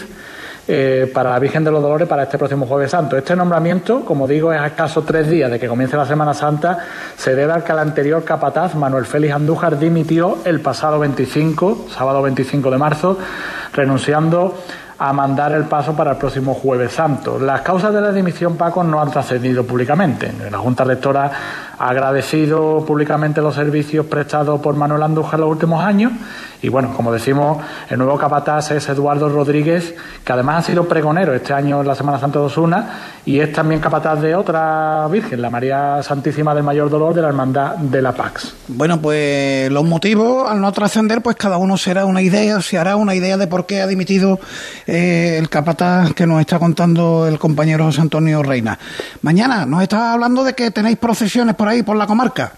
Eh, para la Virgen de los Dolores para este próximo Jueves Santo. Este nombramiento, como digo, es a escasos tres días de que comience la Semana Santa, se debe al que el anterior capataz, Manuel Félix Andújar, dimitió el pasado veinticinco, sábado veinticinco de marzo, renunciando a mandar el paso para el próximo Jueves Santo. Las causas de la dimisión, Paco, no han trascendido públicamente. La Junta Rectora ha agradecido públicamente los servicios prestados por Manuel Andújar los últimos años y, bueno, como decimos, el nuevo capataz es Eduardo Rodríguez, que además ha sido pregonero este año en la Semana Santa de Osuna y es también capataz de otra Virgen, la María Santísima del Mayor Dolor de la Hermandad de la Pax. Bueno, pues los motivos, al no trascender, pues cada uno será una idea, se hará una idea de por qué ha dimitido eh, el capataz que nos está contando el compañero José Antonio Reina. Mañana nos está hablando de que tenéis procesiones por ahí, por la comarca.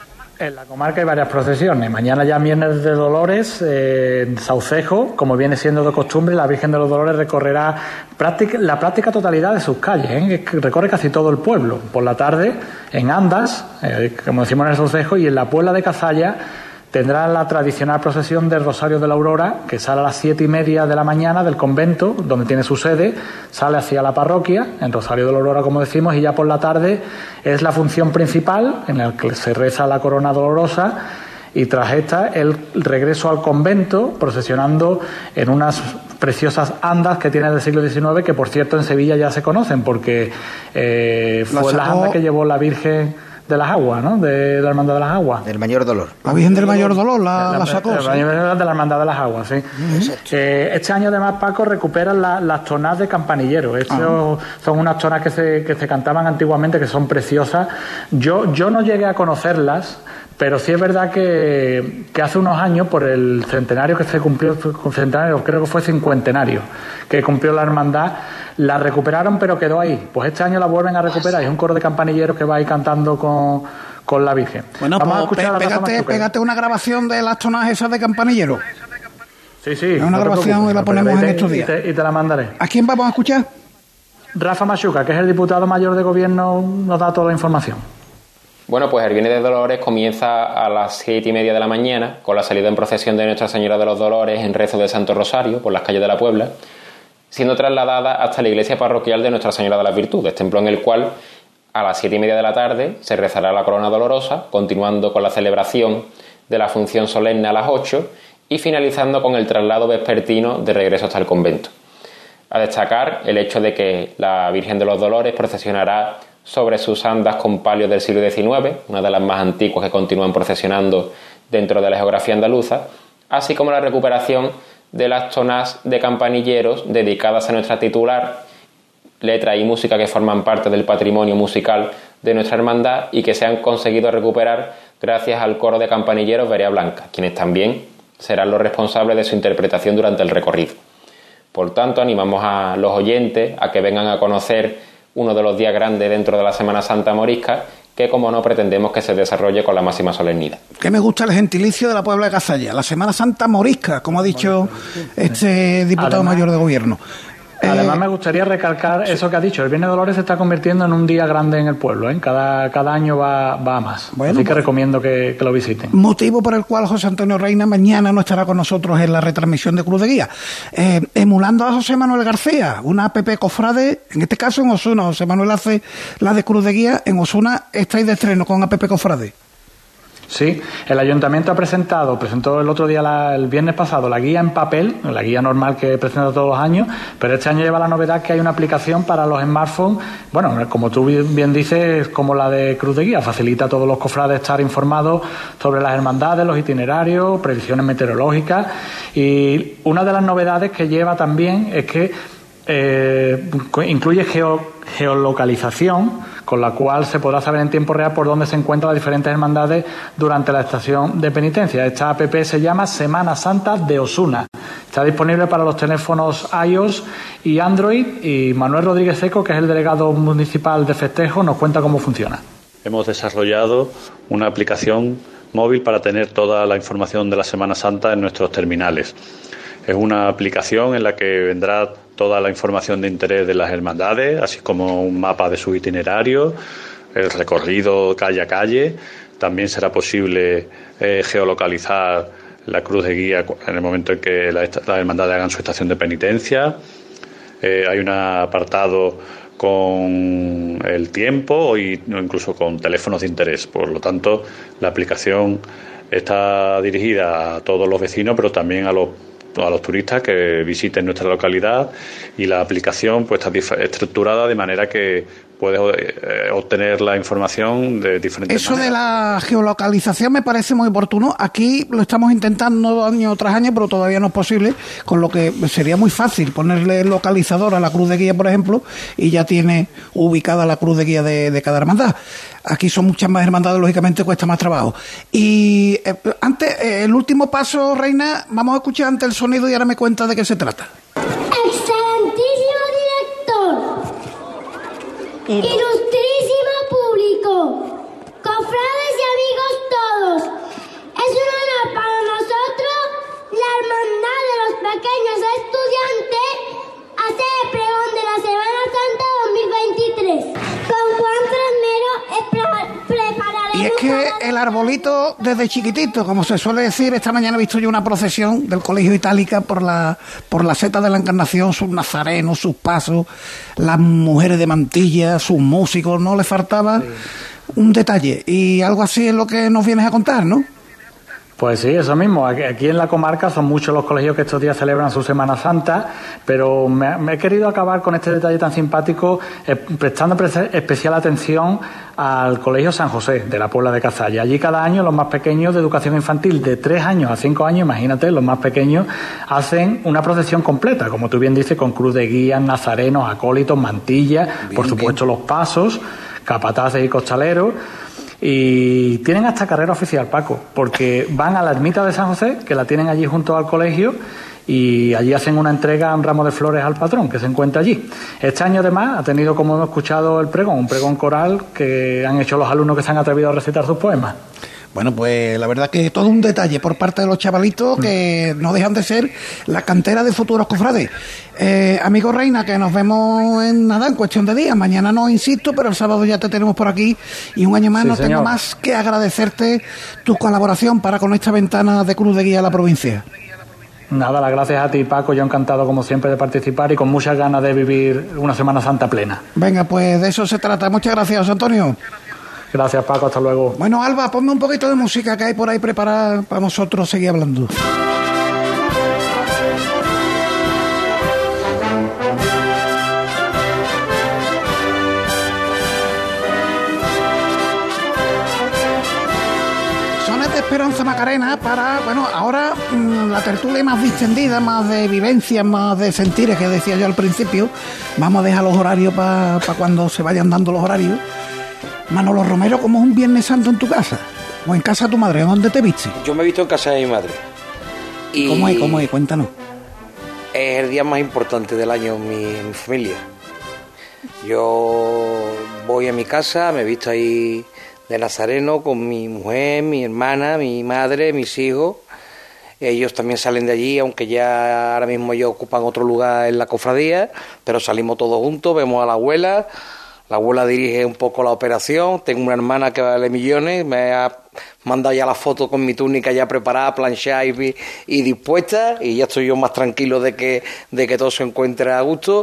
En la comarca hay varias procesiones. Mañana ya Viernes de Dolores, eh, en Saucejo, como viene siendo de costumbre, la Virgen de los Dolores recorrerá práctica, la práctica totalidad de sus calles, ¿eh? Recorre casi todo el pueblo. Por la tarde, en Andas, eh, como decimos en el Saucejo, y en la Puebla de Cazalla tendrá la tradicional procesión del Rosario de la Aurora, que sale a las siete y media de la mañana del convento, donde tiene su sede, sale hacia la parroquia, en Rosario de la Aurora, como decimos, y ya por la tarde es la función principal, en la que se reza la corona dolorosa, y tras esta el regreso al convento, procesionando en unas preciosas andas que tiene del siglo diecinueve, que por cierto en Sevilla ya se conocen, porque eh, fue las andas que llevó la Virgen de las Aguas, ¿no? De la Hermandad de las Aguas. Del Mayor Dolor. La Virgen del Mayor Dolor la, la, la sacó. La, ¿sí? de la Hermandad de las Aguas, sí. Uh-huh. Eh, este año además, Paco, recuperan la, las tonadas de campanillero. Estos uh-huh. son unas tonas que se, que se cantaban antiguamente, que son preciosas. Yo, yo no llegué a conocerlas, pero sí es verdad que, que hace unos años, por el centenario que se cumplió, centenario, creo que fue cincuentenario, que cumplió la hermandad, la recuperaron, pero quedó ahí. Pues este año la vuelven a recuperar. Es un coro de campanilleros que va ahí cantando con, con la Virgen. Bueno, vamos pues a escuchar pégate, pégate una grabación de las tonas esas de campanilleros. Sí, sí. Es una no grabación y la ponemos en estos días. Y te, y te la mandaré. ¿A quién vamos a escuchar? Rafa Machuca, que es el diputado mayor de gobierno, nos da toda la información. Bueno, pues el Viernes de Dolores comienza a las siete y media de la mañana con la salida en procesión de Nuestra Señora de los Dolores en rezo de Santo Rosario por las calles de la Puebla, siendo trasladada hasta la iglesia parroquial de Nuestra Señora de las Virtudes, templo en el cual a las siete y media de la tarde se rezará la corona dolorosa, continuando con la celebración de la función solemne a las ocho y finalizando con el traslado vespertino de regreso hasta el convento. A destacar el hecho de que la Virgen de los Dolores procesionará sobre sus andas con palios del siglo diecinueve, una de las más antiguas que continúan procesionando dentro de la geografía andaluza, así como la recuperación de las tonas de campanilleros dedicadas a nuestra titular, letra y música que forman parte del patrimonio musical de nuestra hermandad y que se han conseguido recuperar gracias al coro de campanilleros Berea Blanca, quienes también serán los responsables de su interpretación durante el recorrido. Por tanto, animamos a los oyentes a que vengan a conocer uno de los días grandes dentro de la Semana Santa morisca, que como no pretendemos que se desarrolle con la máxima solemnidad. Que me gusta el gentilicio de la Puebla de Cazalla, la Semana Santa morisca, como ha dicho este diputado Además, mayor de gobierno. Además, eh, me gustaría recalcar sí. eso que ha dicho. El Viernes de Dolores se está convirtiendo en un día grande en el pueblo, ¿eh? Cada, cada año va, va a más. Bueno, Así que pues, recomiendo que, que lo visiten. Motivo por el cual José Antonio Reina mañana no estará con nosotros en la retransmisión de Cruz de Guía. Eh, emulando a José Manuel García, una app cofrade, en este caso en Osuna. José Manuel hace la de Cruz de Guía. En Osuna estáis de estreno con app cofrade. Sí, el ayuntamiento ha presentado, presentó el otro día, la, el viernes pasado, la guía en papel, la guía normal que presenta todos los años, pero este año lleva la novedad que hay una aplicación para los smartphones, bueno, como tú bien dices, como la de Cruz de Guía, facilita a todos los cofrades estar informados sobre las hermandades, los itinerarios, previsiones meteorológicas, y una de las novedades que lleva también es que eh, incluye geo, geolocalización, con la cual se podrá saber en tiempo real por dónde se encuentran las diferentes hermandades durante la estación de penitencia. Esta app se llama Semana Santa de Osuna. Está disponible para los teléfonos iOS y Android, y Manuel Rodríguez Seco, que es el delegado municipal de festejo, nos cuenta cómo funciona. Hemos desarrollado una aplicación móvil para tener toda la información de la Semana Santa en nuestros terminales. Es una aplicación en la que vendrá toda la información de interés de las hermandades, así como un mapa de su itinerario, el recorrido calle a calle. También será posible eh, geolocalizar la cruz de guía en el momento en que las la hermandades hagan su estación de penitencia. Eh, hay un apartado con el tiempo y incluso con teléfonos de interés. Por lo tanto, la aplicación está dirigida a todos los vecinos, pero también a los a los turistas que visiten nuestra localidad, y la aplicación pues está estructurada de manera que puedes eh, obtener la información de diferentes Eso maneras. De la geolocalización me parece muy oportuno. Aquí lo estamos intentando año tras año, pero todavía no es posible, con lo que sería muy fácil ponerle el localizador a la cruz de guía, por ejemplo, y ya tiene ubicada la cruz de guía de, de cada hermandad. Aquí son muchas más hermandades, lógicamente cuesta más trabajo. Y eh, antes, eh, el último paso, Reina, vamos a escuchar antes el sonido y ahora me cuenta de qué se trata. Excelentísimo director, ilustrísimo público, cofrades y amigos todos, es un honor para nosotros, la hermandad de los pequeños estudiantes, hacer el pregón de la Semana Santa dos mil veintitrés. Con cuánto esmero prepararemos. Y es que el arbolito desde chiquitito, como se suele decir, esta mañana he visto yo una procesión del Colegio Itálica por la por la seta de la Encarnación, sus nazarenos, sus pasos, las mujeres de mantilla, sus músicos, no le faltaba sí. un detalle. Y algo así es lo que nos vienes a contar, ¿no? Pues sí, eso mismo. Aquí en la comarca son muchos los colegios que estos días celebran su Semana Santa, pero me, me he querido acabar con este detalle tan simpático eh, prestando pre- especial atención al Colegio San José de la Puebla de Cazalla. Allí cada año los más pequeños de educación infantil de tres años a cinco años, imagínate, los más pequeños, hacen una procesión completa, como tú bien dices, con cruz de guías, nazarenos, acólitos, mantillas, bien, por supuesto bien. Los pasos, capataces y costaleros. Y tienen hasta carrera oficial, Paco, porque van a la ermita de San José, que la tienen allí junto al colegio, y allí hacen una entrega, un ramo de flores al patrón que se encuentra allí. Este año además ha tenido, como hemos escuchado, el pregón, un pregón coral que han hecho los alumnos que se han atrevido a recitar sus poemas. Bueno, pues la verdad que todo un detalle por parte de los chavalitos que no dejan de ser la cantera de futuros cofrades. Eh, amigo Reina, que nos vemos en nada, en cuestión de días. Mañana no insisto, pero el sábado ya te tenemos por aquí y un año más sí, no señor. Tengo más que agradecerte tu colaboración para con esta ventana de Cruz de Guía a la provincia. Nada, las gracias a ti, Paco. Yo encantado, como siempre, de participar y con muchas ganas de vivir una Semana Santa plena. Venga, pues de eso se trata. Muchas gracias, José Antonio. Gracias, Paco, hasta luego. Bueno, Alba, ponme un poquito de música que hay por ahí preparada para nosotros seguir hablando. Sones de Esperanza Macarena para, bueno, ahora mmm, la tertulia más distendida, más de vivencias, más de sentires, que decía yo al principio. Vamos a dejar los horarios para pa cuando se vayan dando los horarios. Manolo Romero, ¿cómo es un Viernes Santo en tu casa? ¿O en casa de tu madre? ¿Dónde te viste? Yo me he visto en casa de mi madre. Y ¿Cómo es? ¿Cómo es? Cuéntanos. Es el día más importante del año en mi, en mi familia. Yo voy a mi casa, me he visto ahí de nazareno con mi mujer, mi hermana, mi madre, mis hijos. ellos también salen de allí, aunque ya ahora mismo ellos ocupan otro lugar en la cofradía, pero salimos todos juntos, vemos a la abuela, la abuela dirige un poco la operación, tengo una hermana que vale millones, me ha mandado ya la foto con mi túnica ya preparada, planchada y, y dispuesta, y ya estoy yo más tranquilo de que, de que todo se encuentre a gusto.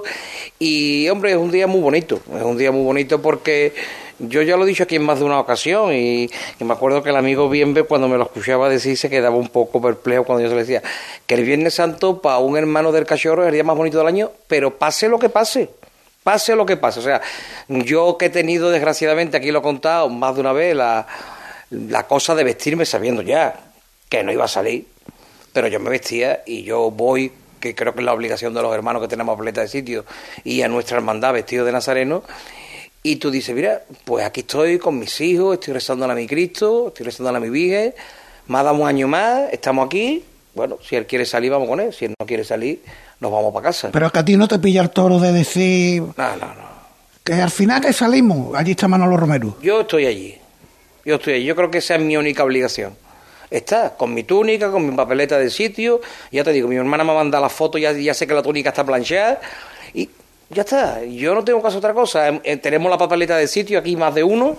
Y hombre, es un día muy bonito, es un día muy bonito porque yo ya lo he dicho aquí en más de una ocasión, y, y me acuerdo que el amigo Bienve, cuando me lo escuchaba decir, se quedaba un poco perplejo cuando yo se le decía que el Viernes Santo para un hermano del Cachorro es el día más bonito del año, pero pase lo que pase. Pase lo que pase, o sea, yo que he tenido, desgraciadamente, aquí lo he contado más de una vez, la, la cosa de vestirme sabiendo ya que no iba a salir, pero yo me vestía y yo voy, que creo que es la obligación de los hermanos que tenemos paleta de sitio, y a nuestra hermandad vestido de nazareno, y tú dices, mira, pues aquí estoy con mis hijos, estoy rezándole a mi Cristo, estoy rezándole a mi Virgen, me ha dado un año más, estamos aquí, bueno, si él quiere salir, vamos con él, si él no quiere salir, nos vamos para casa. Pero que a ti no te pilla el toro de decir... No, no, no. Que al final que salimos, allí está Manolo Romero. Yo estoy allí, yo estoy allí, yo creo que esa es mi única obligación. Está, con mi túnica, con mi papeleta de sitio, ya te digo, mi hermana me ha mandado la foto, ya, ya sé que la túnica está planchada, y ya está, yo no tengo que hacer otra cosa. Eh, tenemos la papeleta de sitio, aquí más de uno,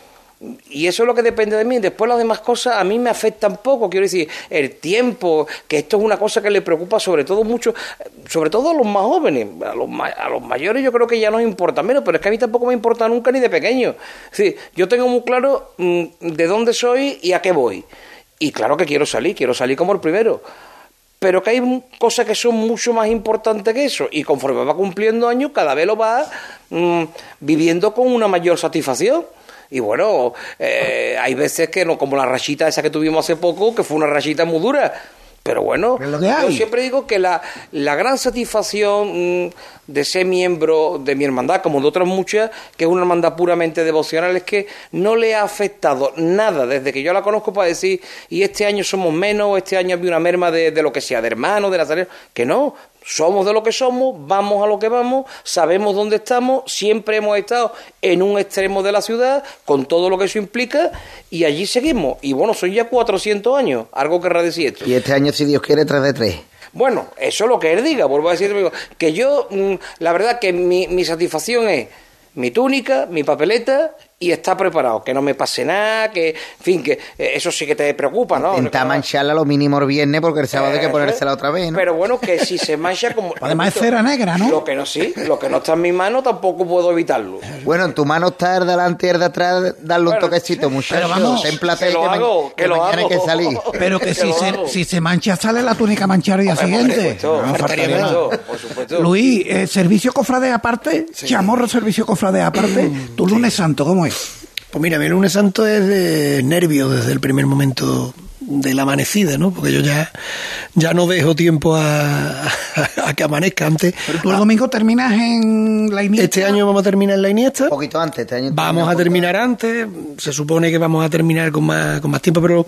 y eso es lo que depende de mí. Después las demás cosas a mí me afectan poco, quiero decir, el tiempo, que esto es una cosa que le preocupa sobre todo mucho, sobre todo a los más jóvenes, a los, ma- a los mayores yo creo que ya nos importa menos, pero es que a mí tampoco me importa nunca ni de pequeño. Es decir, yo tengo muy claro mmm, de dónde soy y a qué voy, y claro que quiero salir, quiero salir como el primero, pero que hay cosas que son mucho más importantes que eso, y conforme va cumpliendo años cada vez lo va mmm, viviendo con una mayor satisfacción. Y bueno, eh, hay veces que no, como la rachita esa que tuvimos hace poco, que fue una rachita muy dura. Pero bueno, yo siempre digo que la, la gran satisfacción mmm, de ser miembro de mi hermandad, como de otras muchas, que es una hermandad puramente devocional, es que no le ha afectado nada desde que yo la conozco para decir, y este año somos menos, este año había una merma de, de lo que sea, de hermanos, de nazareno, que no. Somos de lo que somos, vamos a lo que vamos, sabemos dónde estamos, siempre hemos estado en un extremo de la ciudad, con todo lo que eso implica, y allí seguimos. Y bueno, son ya cuatrocientos años, algo querrá decir esto. Y este año, si Dios quiere, tres de tres. Bueno, eso es lo que él diga, vuelvo a decir, que yo, la verdad que mi, mi satisfacción es mi túnica, mi papeleta, y está preparado, que no me pase nada, que, en fin, que eh, eso sí que te preocupa, ¿no? Intenta mancharla lo mínimo el viernes porque el sábado eh, hay que ponérsela otra vez, ¿no? Pero bueno, que si se mancha como... Además es cera negra, ¿no? Lo que no, sí, lo que no está en mi mano tampoco puedo evitarlo. Bueno, en tu mano está el delante y el de atrás, darle bueno, un toquecito, muchachos. Pero vamos, ten placer que lo que, hago, que, que lo mañana hago. hay que salir. Pero que, que si, se, si se mancha sale la túnica manchada el día Hombre, siguiente. Por supuesto, no, por supuesto, por supuesto. Luis, eh, ¿servicio cofrade aparte? Sí. ¿Chamorro servicio cofrade aparte? ¿Tu lunes sí. santo cómo es? Pues mira, mi lunes santo es de nervios desde el primer momento de la amanecida, ¿no? Porque yo ya, ya no dejo tiempo a, a, a que amanezca antes. Pero tú el domingo terminas en la Iniesta. Este año vamos a terminar en la Iniesta. Un poquito antes. Este año vamos a terminar antes. Se supone que vamos a terminar con más, con más tiempo, pero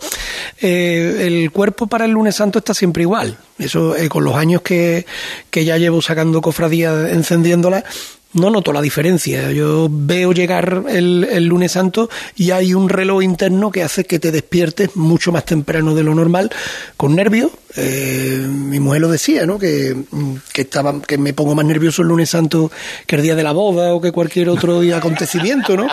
eh, el cuerpo para el lunes santo está siempre igual. Eso, eh, con los años que, que ya llevo sacando cofradías, encendiéndolas, no noto la diferencia. Yo veo llegar el, el lunes santo y hay un reloj interno que hace que te despiertes mucho más temprano de lo normal, con nervios. Eh, mi mujer lo decía, ¿no? Que, que, estaba, que me pongo más nervioso el lunes santo que el día de la boda o que cualquier otro día acontecimiento, ¿no?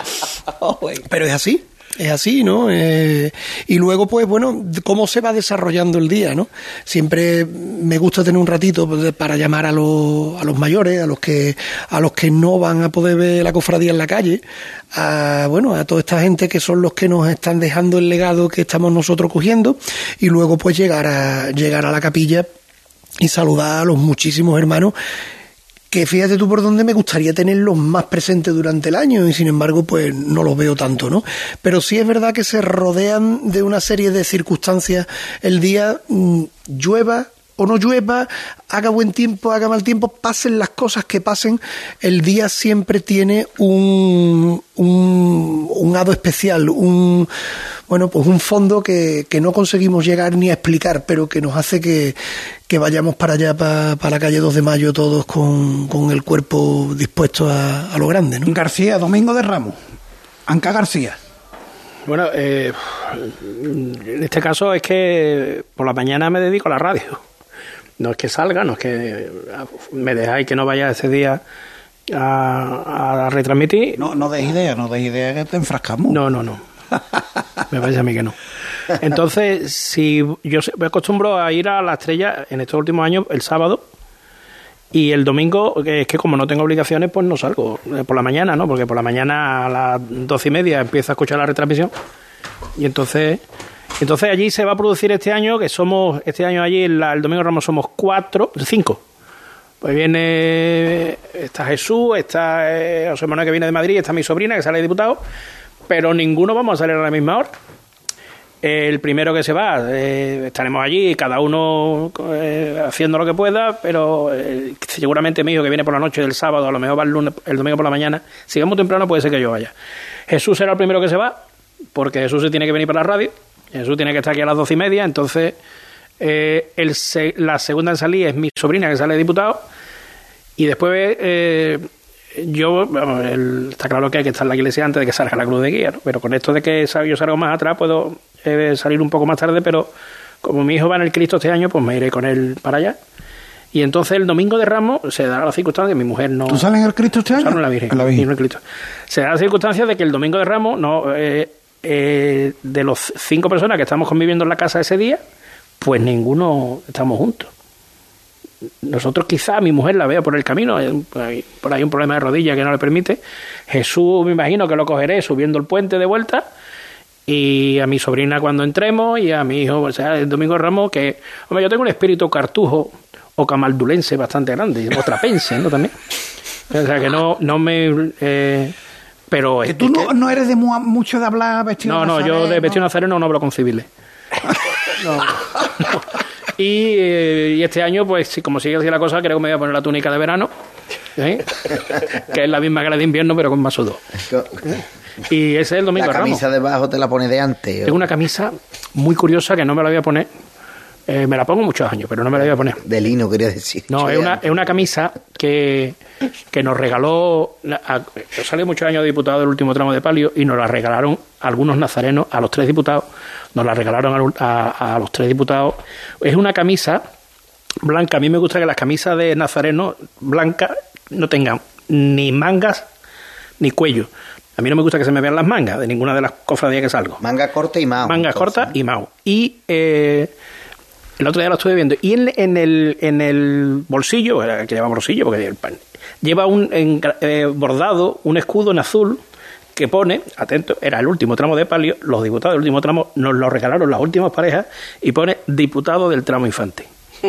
Pero es así. Es así, ¿no? Eh, y luego, pues, bueno, cómo se va desarrollando el día, ¿no? Siempre me gusta tener un ratito para llamar a los, a los mayores, a los que a los que no van a poder ver la cofradía en la calle, a, bueno, a toda esta gente que son los que nos están dejando el legado que estamos nosotros cogiendo, y luego, pues, llegar a, llegar a la capilla y saludar a los muchísimos hermanos que fíjate tú por dónde me gustaría tenerlos más presentes durante el año y sin embargo pues no los veo tanto, ¿no? Pero sí es verdad que se rodean de una serie de circunstancias el día, mmm, llueva o no llueva, haga buen tiempo, haga mal tiempo, pasen las cosas que pasen, el día siempre tiene un, un, un hado especial, un, bueno, pues un fondo que, que no conseguimos llegar ni a explicar, pero que nos hace que, que vayamos para allá, para, para la calle dos de mayo, todos con, con el cuerpo dispuesto a, a lo grande, ¿no? García, Domingo de Ramos, Anca García. Bueno, eh, en este caso es que por la mañana me dedico a la radio. No es que salga, no es que me dejáis que no vaya ese día a, a retransmitir. No, no des idea, no des idea que te enfrascamos. No, no, no. Me parece a mí que no. Entonces, si yo me acostumbro a ir a la Estrella en estos últimos años el sábado y el domingo, que es que como no tengo obligaciones, pues no salgo por la mañana, ¿no? Porque por la mañana a las doce y media empiezo a escuchar la retransmisión y entonces... Entonces allí se va a producir este año, que somos, este año allí, el, el Domingo de Ramos somos cuatro, cinco. Pues viene, está Jesús, está eh, José Manuel que viene de Madrid, está mi sobrina que sale de diputado, pero ninguno vamos a salir a la misma hora. El primero que se va, eh, estaremos allí, cada uno eh, haciendo lo que pueda, pero eh, seguramente mi hijo que viene por la noche del sábado, a lo mejor va el lunes, el domingo por la mañana, si es muy temprano puede ser que yo vaya. Jesús será el primero que se va, porque Jesús se tiene que venir para la radio. Jesús tiene que estar aquí a las doce y media, entonces eh, el se, la segunda en salir es mi sobrina que sale de diputado y después eh, yo, vamos, el, está claro que hay que estar en la iglesia antes de que salga la cruz de guía, ¿no? Pero con esto de que yo salgo más atrás puedo eh, salir un poco más tarde, pero como mi hijo va en el Cristo este año, pues me iré con él para allá. Y entonces el domingo de Ramos se dará la circunstancia, mi mujer no... ¿Tú sales en el Cristo este año? En la Virgen. En la Virgen. En el Cristo. Se da la circunstancia de que el domingo de Ramos no... Eh, Eh, de los cinco personas que estamos conviviendo en la casa ese día, pues ninguno estamos juntos. Nosotros quizá mi mujer la vea por el camino, por ahí un problema de rodilla que no le permite. Jesús me imagino que lo cogeré subiendo el puente de vuelta, y a mi sobrina cuando entremos, y a mi hijo, o sea, el domingo de Ramos, que, hombre, yo tengo un espíritu cartujo o camaldulense bastante grande, o trapense, ¿no? También. O sea, que no, no me... Eh, Pero que tú no, no eres de mu mucho de hablar vestido no, nazareno. No, yo de vestido nazareno no hablo con civiles. no, no. Y, eh, y este año, pues, como sigue así la cosa, creo que me voy a poner la túnica de verano, ¿eh? Que es la misma que la de invierno, pero con más sudor. ¿Eh? Y ese es el domingo de Ramos. La camisa debajo te la pones de antes. Tengo una camisa muy curiosa que no me la voy a poner. Eh, me la pongo muchos años, pero no me la voy a poner. De lino, quería decir. No, es una, es una camisa que, que nos regaló... A, yo salí muchos años de diputado del último tramo de palio y nos la regalaron algunos nazarenos, a los tres diputados, nos la regalaron a, a, a los tres diputados. Es una camisa blanca. A mí me gusta que las camisas de nazareno blancas no tengan ni mangas ni cuello. A mí no me gusta que se me vean las mangas de ninguna de las cofradías que salgo. Manga corta y mao. Manga corta y mao. Y... Eh, el otro día lo estuve viendo. Y en, en, el, en el bolsillo, que lleva bolsillo, porque lleva un en, eh, bordado, un escudo en azul que pone, atento, era el último tramo de palio, los diputados del último tramo nos lo regalaron las últimas parejas, y pone diputado del tramo infante.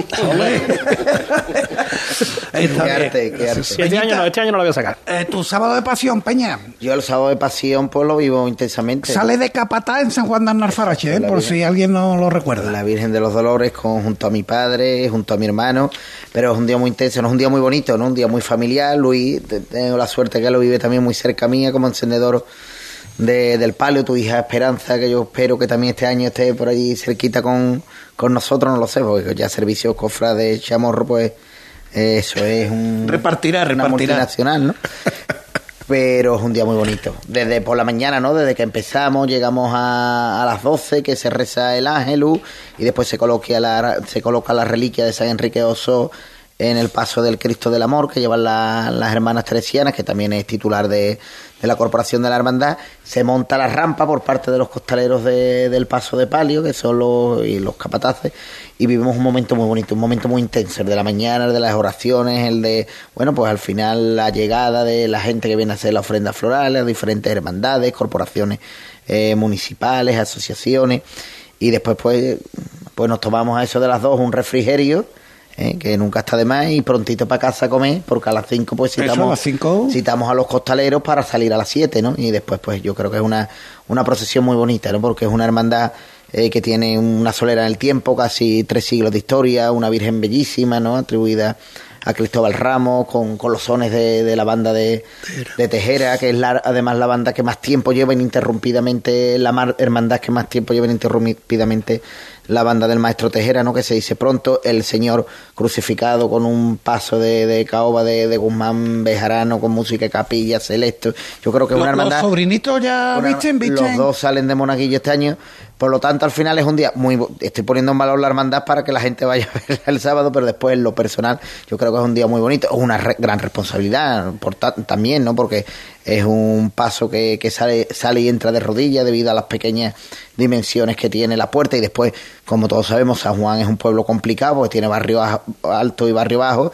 Qué arte, qué arte. Este año no, este año no lo voy a sacar. Eh, ¿Tu sábado de pasión, Peña? Yo el sábado de pasión pues lo vivo intensamente. Sale de capataz en San Juan de Alnarfarache, ¿eh? Por si alguien no lo recuerda. La Virgen de los Dolores con, junto a mi padre, junto a mi hermano, pero es un día muy intenso, no es un día muy bonito, no un día muy familiar. Luis, tengo la suerte que lo vive también muy cerca mía como encendedor de, del palio, tu hija Esperanza, que yo espero que también este año esté por allí cerquita con, con nosotros, no lo sé, porque ya servicio cofra de Chamorro, pues eso es un... Repartirá, una repartirá. Multinacional, ¿no? Pero es un día muy bonito. Desde por la mañana, ¿no? Desde que empezamos, llegamos a, a las doce, que se reza el Ángelus, y después se coloca la, se coloca la reliquia de San Enrique Oso en el paso del Cristo del Amor, que llevan la, las hermanas teresianas, que también es titular de, de la Corporación de la Hermandad. Se monta la rampa por parte de los costaleros de, del paso de palio, que son los, y los capataces, y vivimos un momento muy bonito, un momento muy intenso, el de la mañana, el de las oraciones, el de, bueno, pues al final la llegada de la gente que viene a hacer la ofrenda floral, las diferentes hermandades, corporaciones eh, municipales, asociaciones, y después pues, pues nos tomamos a eso de las dos un refrigerio, Eh, que nunca está de más, y prontito para casa a comer, porque a las cinco pues citamos, Eso, a las cinco. citamos a los costaleros para salir a las siete, ¿no? Y después pues yo creo que es una, una procesión muy bonita, ¿no? Porque es una hermandad eh, que tiene una solera en el tiempo, casi tres siglos de historia, una virgen bellísima, ¿no? Atribuida a Cristóbal Ramos, con, con los sones de, de la banda de Tejera, de Tejera que es la, además la banda que más tiempo lleva ininterrumpidamente, la mar, hermandad que más tiempo lleva ininterrumpidamente la banda del maestro Tejera, ¿no? Que se dice pronto, el Señor crucificado con un paso de, de caoba de, de Guzmán Bejarano, con música de capilla, celeste. Yo creo que es una hermandad. Los sobrinitos ya una, visten, visten. Los dos salen de Monaguillo este año. Por lo tanto, al final es un día muy... Estoy poniendo en valor la hermandad para que la gente vaya a verla el sábado, pero después en lo personal yo creo que es un día muy bonito. Es una re, gran responsabilidad por ta, también, ¿no? Porque es un paso que, que sale, sale y entra de rodillas debido a las pequeñas dimensiones que tiene la puerta. Y después, como todos sabemos, San Juan es un pueblo complicado porque tiene barrio alto y barrio bajo,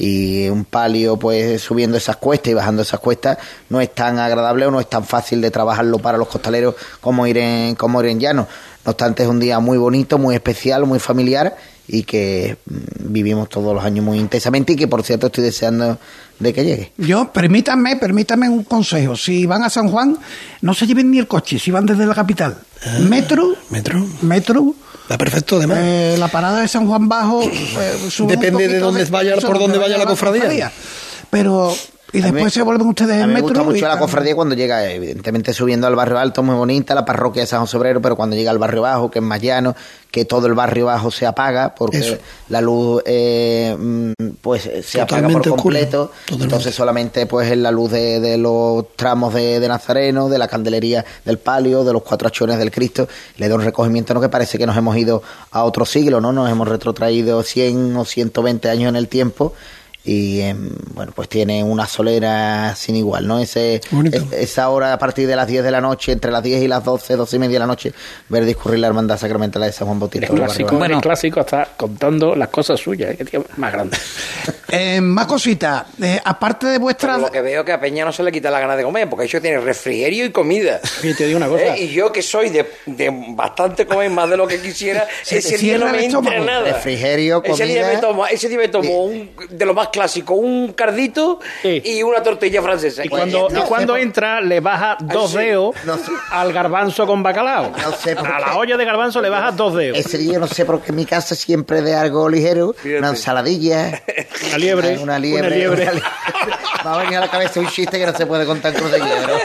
y un palio pues subiendo esas cuestas y bajando esas cuestas no es tan agradable o no es tan fácil de trabajarlo para los costaleros como ir en, como ir en llano. No obstante, es un día muy bonito, muy especial, muy familiar y que vivimos todos los años muy intensamente y que, por cierto, estoy deseando de que llegue. Yo, permítanme, permítanme un consejo. Si van a San Juan, no se lleven ni el coche, si van desde la capital. Ah, metro, metro, metro. Está perfecto, además. Eh, la parada de San Juan Bajo eh, depende de dónde de, vaya, por dónde vaya la cofradía. cofradía. Pero... Y después me, se vuelven ustedes en metro. Me gusta mucho la cofradía cuando llega, evidentemente subiendo al barrio alto, muy bonita, la parroquia de San José Obrero, pero cuando llega al barrio bajo, que es más llano, que todo el barrio bajo se apaga, porque Eso. la luz eh, pues se Totalmente apaga por completo. Totalmente. Entonces solamente pues es la luz de, de los tramos de, de Nazareno, de la candelería del palio, de los cuatro hachones del Cristo. Le da un recogimiento, ¿no? Que parece que nos hemos ido a otro siglo, ¿no? Nos hemos retrotraído cien o ciento veinte años en el tiempo. Y eh, bueno, pues tiene una solera sin igual, ¿no? Ese es, esa hora a partir de las diez de la noche, entre las diez y las doce, doce y media de la noche, ver discurrir la hermandad sacramental de San Juan Bautista. El clásico, bueno, el clásico está contando las cosas suyas, ¿eh? Que tío más grande. eh, más cositas, eh, aparte de vuestras... Lo que veo que a Peña no se le quita la gana de comer, porque eso tiene refrigerio y comida. Y te digo una cosa. ¿Eh? Y yo que soy de, de bastante comer más de lo que quisiera, ese día no me entra nada. Refrigerio, comida... Ese día me tomo, ese día me tomo un, de lo más clásico, un cardito sí. y una tortilla francesa. Y cuando, no, y cuando entra, le baja dos sí. dedos no sé. al garbanzo con bacalao. No sé a la olla de garbanzo le baja dos dedos. Ese día no sé por qué en mi casa siempre de algo ligero, Fíjate. una ensaladilla, una liebre, una liebre, una liebre. Una liebre. Me ha venido a la cabeza un chiste que no se puede contar con seguida, ¿no?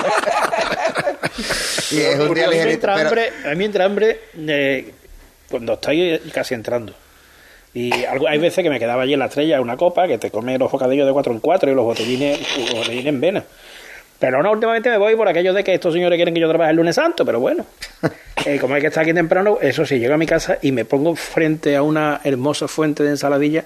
Y es un día ligerito, pero... hambre, a mí entra hambre eh, cuando estoy casi entrando. Y hay veces que me quedaba allí en la Estrella una copa que te come los bocadillos de cuatro en cuatro y los botellines, los botellines en vena. Pero no, últimamente me voy por aquello de que estos señores quieren que yo trabaje el lunes santo, pero bueno. Eh, como hay que estar aquí temprano, eso sí, llego a mi casa y me pongo frente a una hermosa fuente de ensaladilla.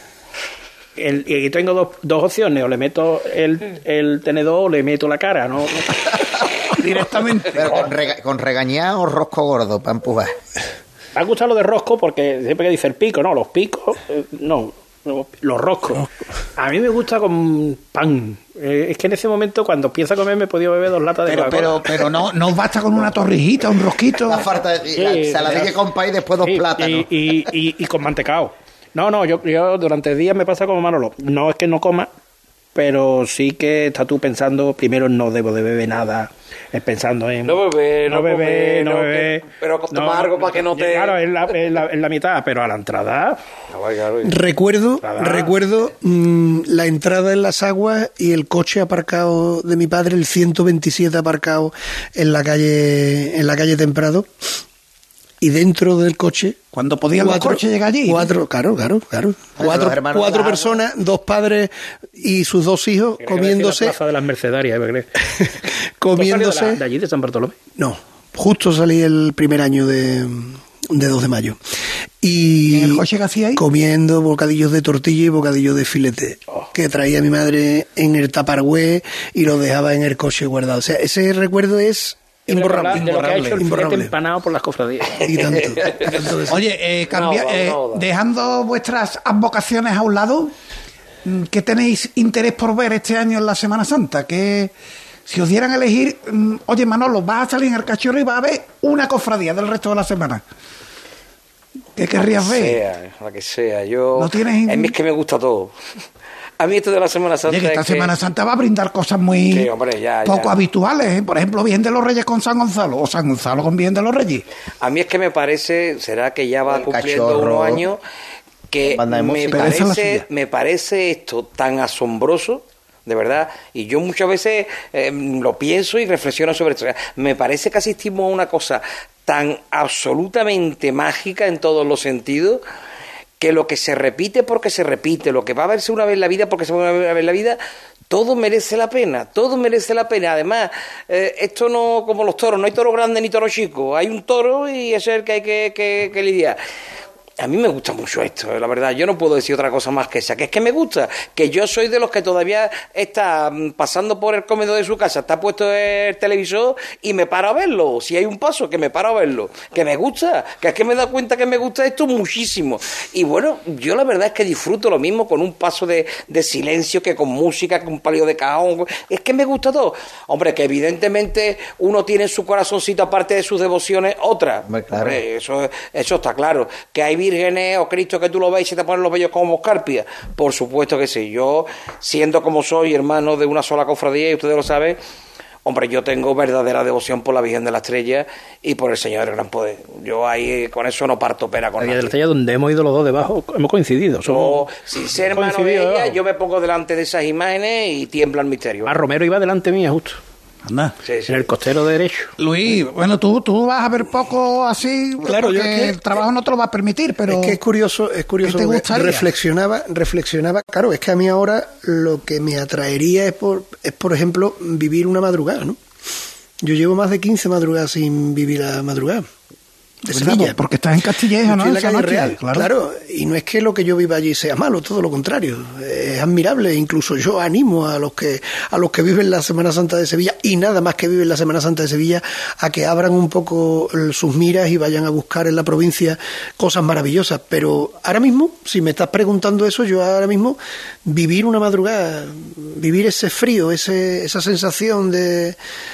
El, y aquí tengo dos, dos opciones, o le meto el, el tenedor o le meto la cara, ¿no? Directamente. Pero con, rega, con regañado o rosco gordo para empujar. Me ha gustado lo de rosco porque siempre que dice el pico, no, los picos, eh, no, los roscos. A mí me gusta con pan. Eh, es que en ese momento, cuando empieza a comer, me he podido beber dos latas de pero, pero, pero no, no basta con una torrijita, un rosquito. La falta de sí, la ensaladilla con pan y después dos sí, plátanos. Y, y, y, y con mantecao. No, no, yo, yo durante días me pasa como Manolo. No es que no coma, pero sí que estás tú pensando, primero no debo de beber nada, es pensando en... No beber, no beber, no beber... Pero tomar no, algo para que no te... Claro, es la, es, la, es la mitad, pero a la entrada... Recuerdo, entrada. recuerdo mmm, la entrada en las aguas y el coche aparcado de mi padre, el ciento veintisiete aparcado en la calle, en la calle Temprado. Y dentro del coche... Cuando podía el coche llegar allí. Cuatro, claro, claro, claro. Cuatro, cuatro personas, dos padres y sus dos hijos comiéndose... La plaza de las Mercedarias, ¿eh? comiéndose... De, la, de allí, de San Bartolomé? No, justo salí el primer año de, de dos de mayo. Y, ¿Y en el coche que hacía ahí? Comiendo bocadillos de tortilla y bocadillos de filete, oh. que traía mi madre en el tapargüé y lo dejaba en el coche guardado. O sea, ese recuerdo es... Imborrable, de lo que ha hecho el filete empanado por las cofradías. Y tanto. Y tanto Oye, eh, cambia, no, eh, no, no. dejando vuestras advocaciones a un lado, ¿qué tenéis interés por ver este año en la Semana Santa? Que si os dieran a elegir, oye Manolo, vas a salir en el Cachorro y vas a ver una cofradía del resto de la semana. ¿Qué querrías ver? Sea, la que sea, yo... ¿No tienes... A mí es que me gusta todo. A mí esto de la Semana Santa... Oye, que esta es Semana que... Santa va a brindar cosas muy sí, hombre, ya, poco ya. habituales, ¿eh? Por ejemplo, Bien de los Reyes con San Gonzalo, o San Gonzalo con Bien de los Reyes. A mí es que me parece, será que ya va el cumpliendo cachorro. unos años, que me parece, me parece esto tan asombroso, de verdad, y yo muchas veces eh, lo pienso y reflexiono sobre esto. O sea, me parece que asistimos a una cosa tan absolutamente mágica en todos los sentidos, que lo que se repite porque se repite, lo que va a verse una vez en la vida porque se va a ver una vez en la vida, todo merece la pena, todo merece la pena. Además, eh, esto no como los toros, no hay toro grande ni toro chico, hay un toro y ese es el que hay que, que, que lidiar. A mí me gusta mucho esto, la verdad. Yo no puedo decir otra cosa más que esa, que es que me gusta, que yo soy de los que todavía está pasando por el comedor de su casa, está puesto el televisor y me paro a verlo. Si hay un paso, que me paro a verlo. Que me gusta, que es que me he dado cuenta que me gusta esto muchísimo. Y bueno, yo la verdad es que disfruto lo mismo con un paso de, de silencio que con música, con un palio de cajón. Es que me gusta todo. Hombre, que evidentemente uno tiene en su corazoncito, aparte de sus devociones, otra. Claro. Hombre, eso, eso está claro. Que hay vírgenes o Cristo que tú lo ves y se te ponen los vellos como moscarpia. Por supuesto que sí. Yo, siendo como soy hermano de una sola cofradía, y ustedes lo saben, hombre, yo tengo verdadera devoción por la Virgen de la Estrella y por el Señor del Gran Poder. Yo ahí con eso no parto pera con la nadie. Virgen de la Estrella, donde hemos ido los dos debajo, hemos coincidido. Yo, sin ser hermano de ella, debajo. Yo me pongo delante de esas imágenes y tiembla el misterio. Ah, Romero iba delante mía justo. Anda. Sí, sí. En el costero derecho. Luis, bueno, tú, tú vas a ver poco así, claro, yo es que, el trabajo no te lo va a permitir, pero... Es que es curioso, es curioso porque reflexionaba, reflexionaba, claro, es que a mí ahora lo que me atraería es, por, es por ejemplo, vivir una madrugada, ¿no? Yo llevo más de quince madrugadas sin vivir la madrugada. De Sevilla. Porque estás en Castilleja, ¿no? En la calle Real, claro. claro. Y no es que lo que yo viva allí sea malo, todo lo contrario. Es admirable. Incluso yo animo a los que a los que viven la Semana Santa de Sevilla y nada más que viven la Semana Santa de Sevilla a que abran un poco sus miras y vayan a buscar en la provincia cosas maravillosas. Pero ahora mismo, si me estás preguntando eso, yo ahora mismo vivir una madrugada, vivir ese frío, ese, esa sensación de,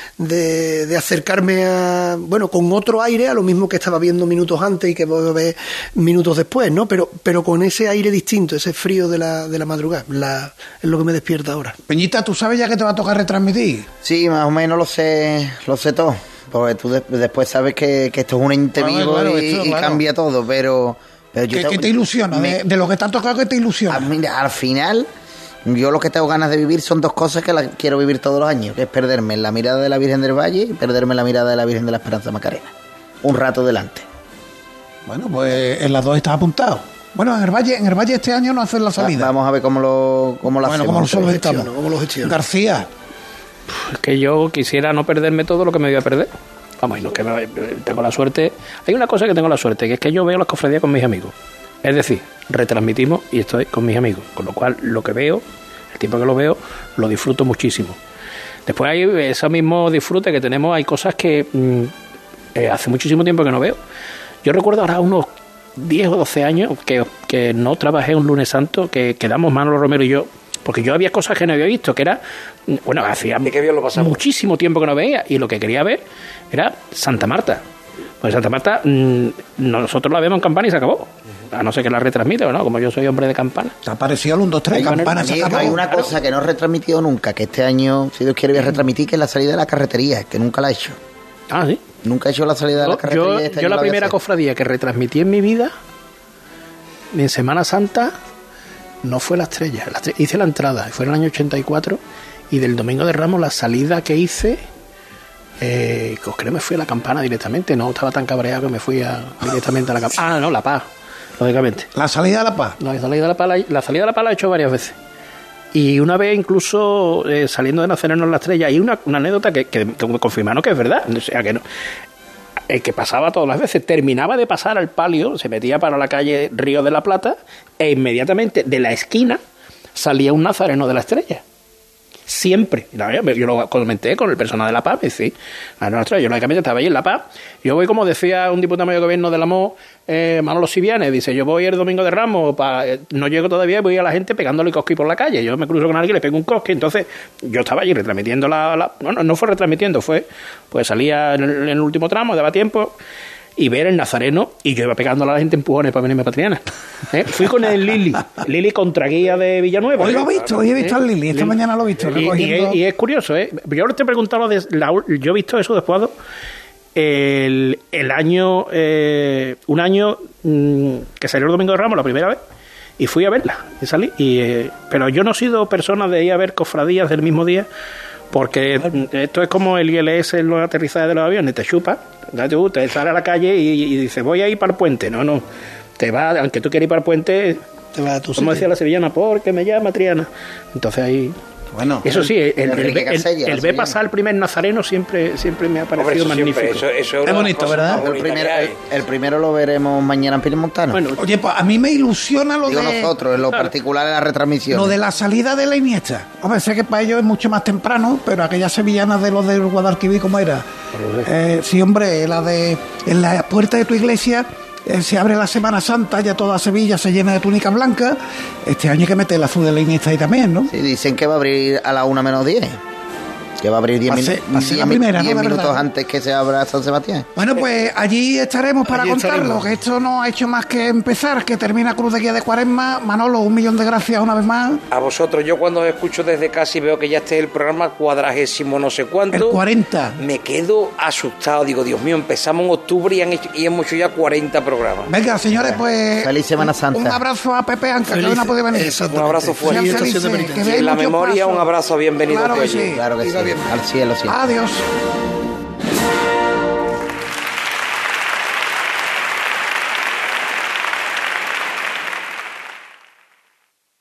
de, de acercarme a, bueno, con otro aire, a lo mismo que estaba viendo minutos antes y que voy a ver minutos después, ¿no? Pero, pero con ese aire distinto, ese frío de la, de la madrugada, la, es lo que me despierta ahora. Peñita, ¿tú sabes ya que te va a tocar retransmitir? Sí, más o menos lo sé, lo sé todo, porque tú de, después sabes que, que esto es un ente vivo claro, claro, y, esto, claro. y cambia todo, pero... pero yo ¿Qué, te, ¿Qué te ilusiona? Me, de, de lo que te ha tocado, ¿qué te ilusiona? Mira, al final... Yo lo que tengo ganas de vivir son dos cosas que las quiero vivir todos los años, que es perderme en la mirada de la Virgen del Valle y perderme en la mirada de la Virgen de la Esperanza Macarena. Un rato delante. Bueno, pues en las dos estás apuntado. Bueno, en el Valle, en el Valle este año no hacen la salida. Vamos a ver cómo lo, cómo lo bueno, hacemos. Cómo lo gestionamos. ¿Cómo lo gestionamos? García. Es que yo quisiera no perderme todo lo que me voy a perder. Vamos, y no, que me, tengo la suerte. Hay una cosa que tengo la suerte, que es que yo veo las cofradías con mis amigos. Es decir, retransmitimos y estoy con mis amigos. Con lo cual, lo que veo, el tiempo que lo veo, lo disfruto muchísimo. Después hay ese mismo disfrute que tenemos, hay cosas que mmm, eh, hace muchísimo tiempo que no veo. Yo recuerdo ahora unos diez o doce años que, que no trabajé un lunes santo, que quedamos Manolo Romero y yo, porque yo había cosas que no había visto, que era, bueno, hacía muchísimo tiempo que no veía, y lo que quería ver era Santa Marta. Pues Santa Marta, mmm, nosotros la vemos en Campana y se acabó. A no ser que la retransmite o no, como yo soy hombre de Campana. ¿Te ha parecido el uno, dos, tres? Campana se acabó. Hay una cosa que no he retransmitido nunca, que este año, si Dios quiere, voy a retransmitir, que es la salida de la carretería, que nunca la he hecho. Ah, ¿sí? Nunca he hecho la salida de la carretería. Yo, este yo la, la primera cofradía que retransmití en mi vida, en Semana Santa, no fue la Estrella. La estrella hice la entrada, fue en el año ochenta y cuatro, y del Domingo de Ramos la salida que hice... Eh, creo que me fui a la Campana directamente, no estaba tan cabreado que me fui a, directamente a la Campana. Ah, no, La Paz, lógicamente. ¿La salida de La Paz? No, la salida de La Paz la, la, salida de la, Paz la he hecho varias veces. Y una vez incluso eh, saliendo de Nazareno en la Estrella, hay una, una anécdota que, que, que me confirmaron que es verdad. O sea, que no. El que pasaba todas las veces, terminaba de pasar al palio, se metía para la calle Río de la Plata, e inmediatamente de la esquina salía un nazareno de la Estrella. Siempre. Yo lo comenté con el personal de La Paz, y sí, a nuestra, yo lógicamente estaba ahí en La Paz. Yo voy, como decía un diputado mayor de gobierno de la M O, eh, Manolo Sivianes, dice, yo voy el Domingo de Ramos, pa, no llego todavía, voy a la gente pegándole cosqui por la calle. Yo me cruzo con alguien, le pego un cosqui. Entonces yo estaba allí retransmitiendo la... la no, no, no fue retransmitiendo, fue, pues salía en el, en el último tramo, daba tiempo, y ver el nazareno, y yo iba pegando a la gente empujones para venirme para Triana. ¿Eh? Fui con el Lili, Lili contra guía de Villanueva. Hoy lo he visto, hoy he visto ¿Eh? al Lili, esta Lili. mañana lo he visto. Y, y, es, y es curioso, ¿eh? Yo ahora te he preguntado, de la, yo he visto eso después, el, el año, eh, un año mmm, que salió el Domingo de Ramos la primera vez, y fui a verla y salí. Y, eh, pero yo no he sido persona de ir a ver cofradías del mismo día, porque esto es como el I L S en los aterrizajes de los aviones, te chupa, tú te sales a la calle y, y dices, voy a ir para el puente. No, no, te va, aunque tú quieras ir para el puente, te va a tu como sitio. decía la sevillana, porque me llama Triana. Entonces ahí... Bueno, eso sí, el, el, el, el, Casella, el ver pasar el primer nazareno siempre siempre me ha parecido Hombre, eso magnífico. Siempre, eso, eso es bonito, ¿verdad? El primero, el, el primero lo veremos mañana en Pinamontano. Bueno, oye, pues a mí me ilusiona lo Digo de... nosotros, en lo claro. particular en la retransmisión. Lo de la salida de la Iniesta. Hombre, sé que para ellos es mucho más temprano, pero aquellas sevillanas de los del Guadalquivir, ¿cómo era? Eh, sí, hombre, la de... En la puerta de tu iglesia... Eh, se abre la Semana Santa, ya toda Sevilla se llena de túnica blanca. Este año hay que meter el azul de la Iniesta ahí también, ¿no? Sí, dicen que va a abrir a la una menos diez. Que va a abrir diez Pase- minu- pase la diez primera, diez ¿no? De minutos verdad. antes que se abra San Sebastián. Bueno, pues allí estaremos para Allí contarlo, estaremos. que esto no ha hecho más que empezar, que termina Cruz de Guía de Cuaresma. Manolo, un millón de gracias una vez más. A vosotros, yo cuando os escucho desde casa y veo que ya este es el programa cuadragésimo no sé cuánto, El cuarenta. me quedo asustado. Digo, Dios mío, empezamos en octubre y, han hecho- y hemos hecho ya cuarenta programas. Venga, señores, pues... Feliz Semana Santa. Un abrazo a Pepe Anca, que Feliz- hoy no puede venir. Exactamente. Un abrazo fuerte. Sean Feliz estación de felices, penitencia. que Y en la vean muchos memoria, pasos. un abrazo bienvenido. Claro que de allí. sí. Claro que sí. Al cielo, sí. Adiós.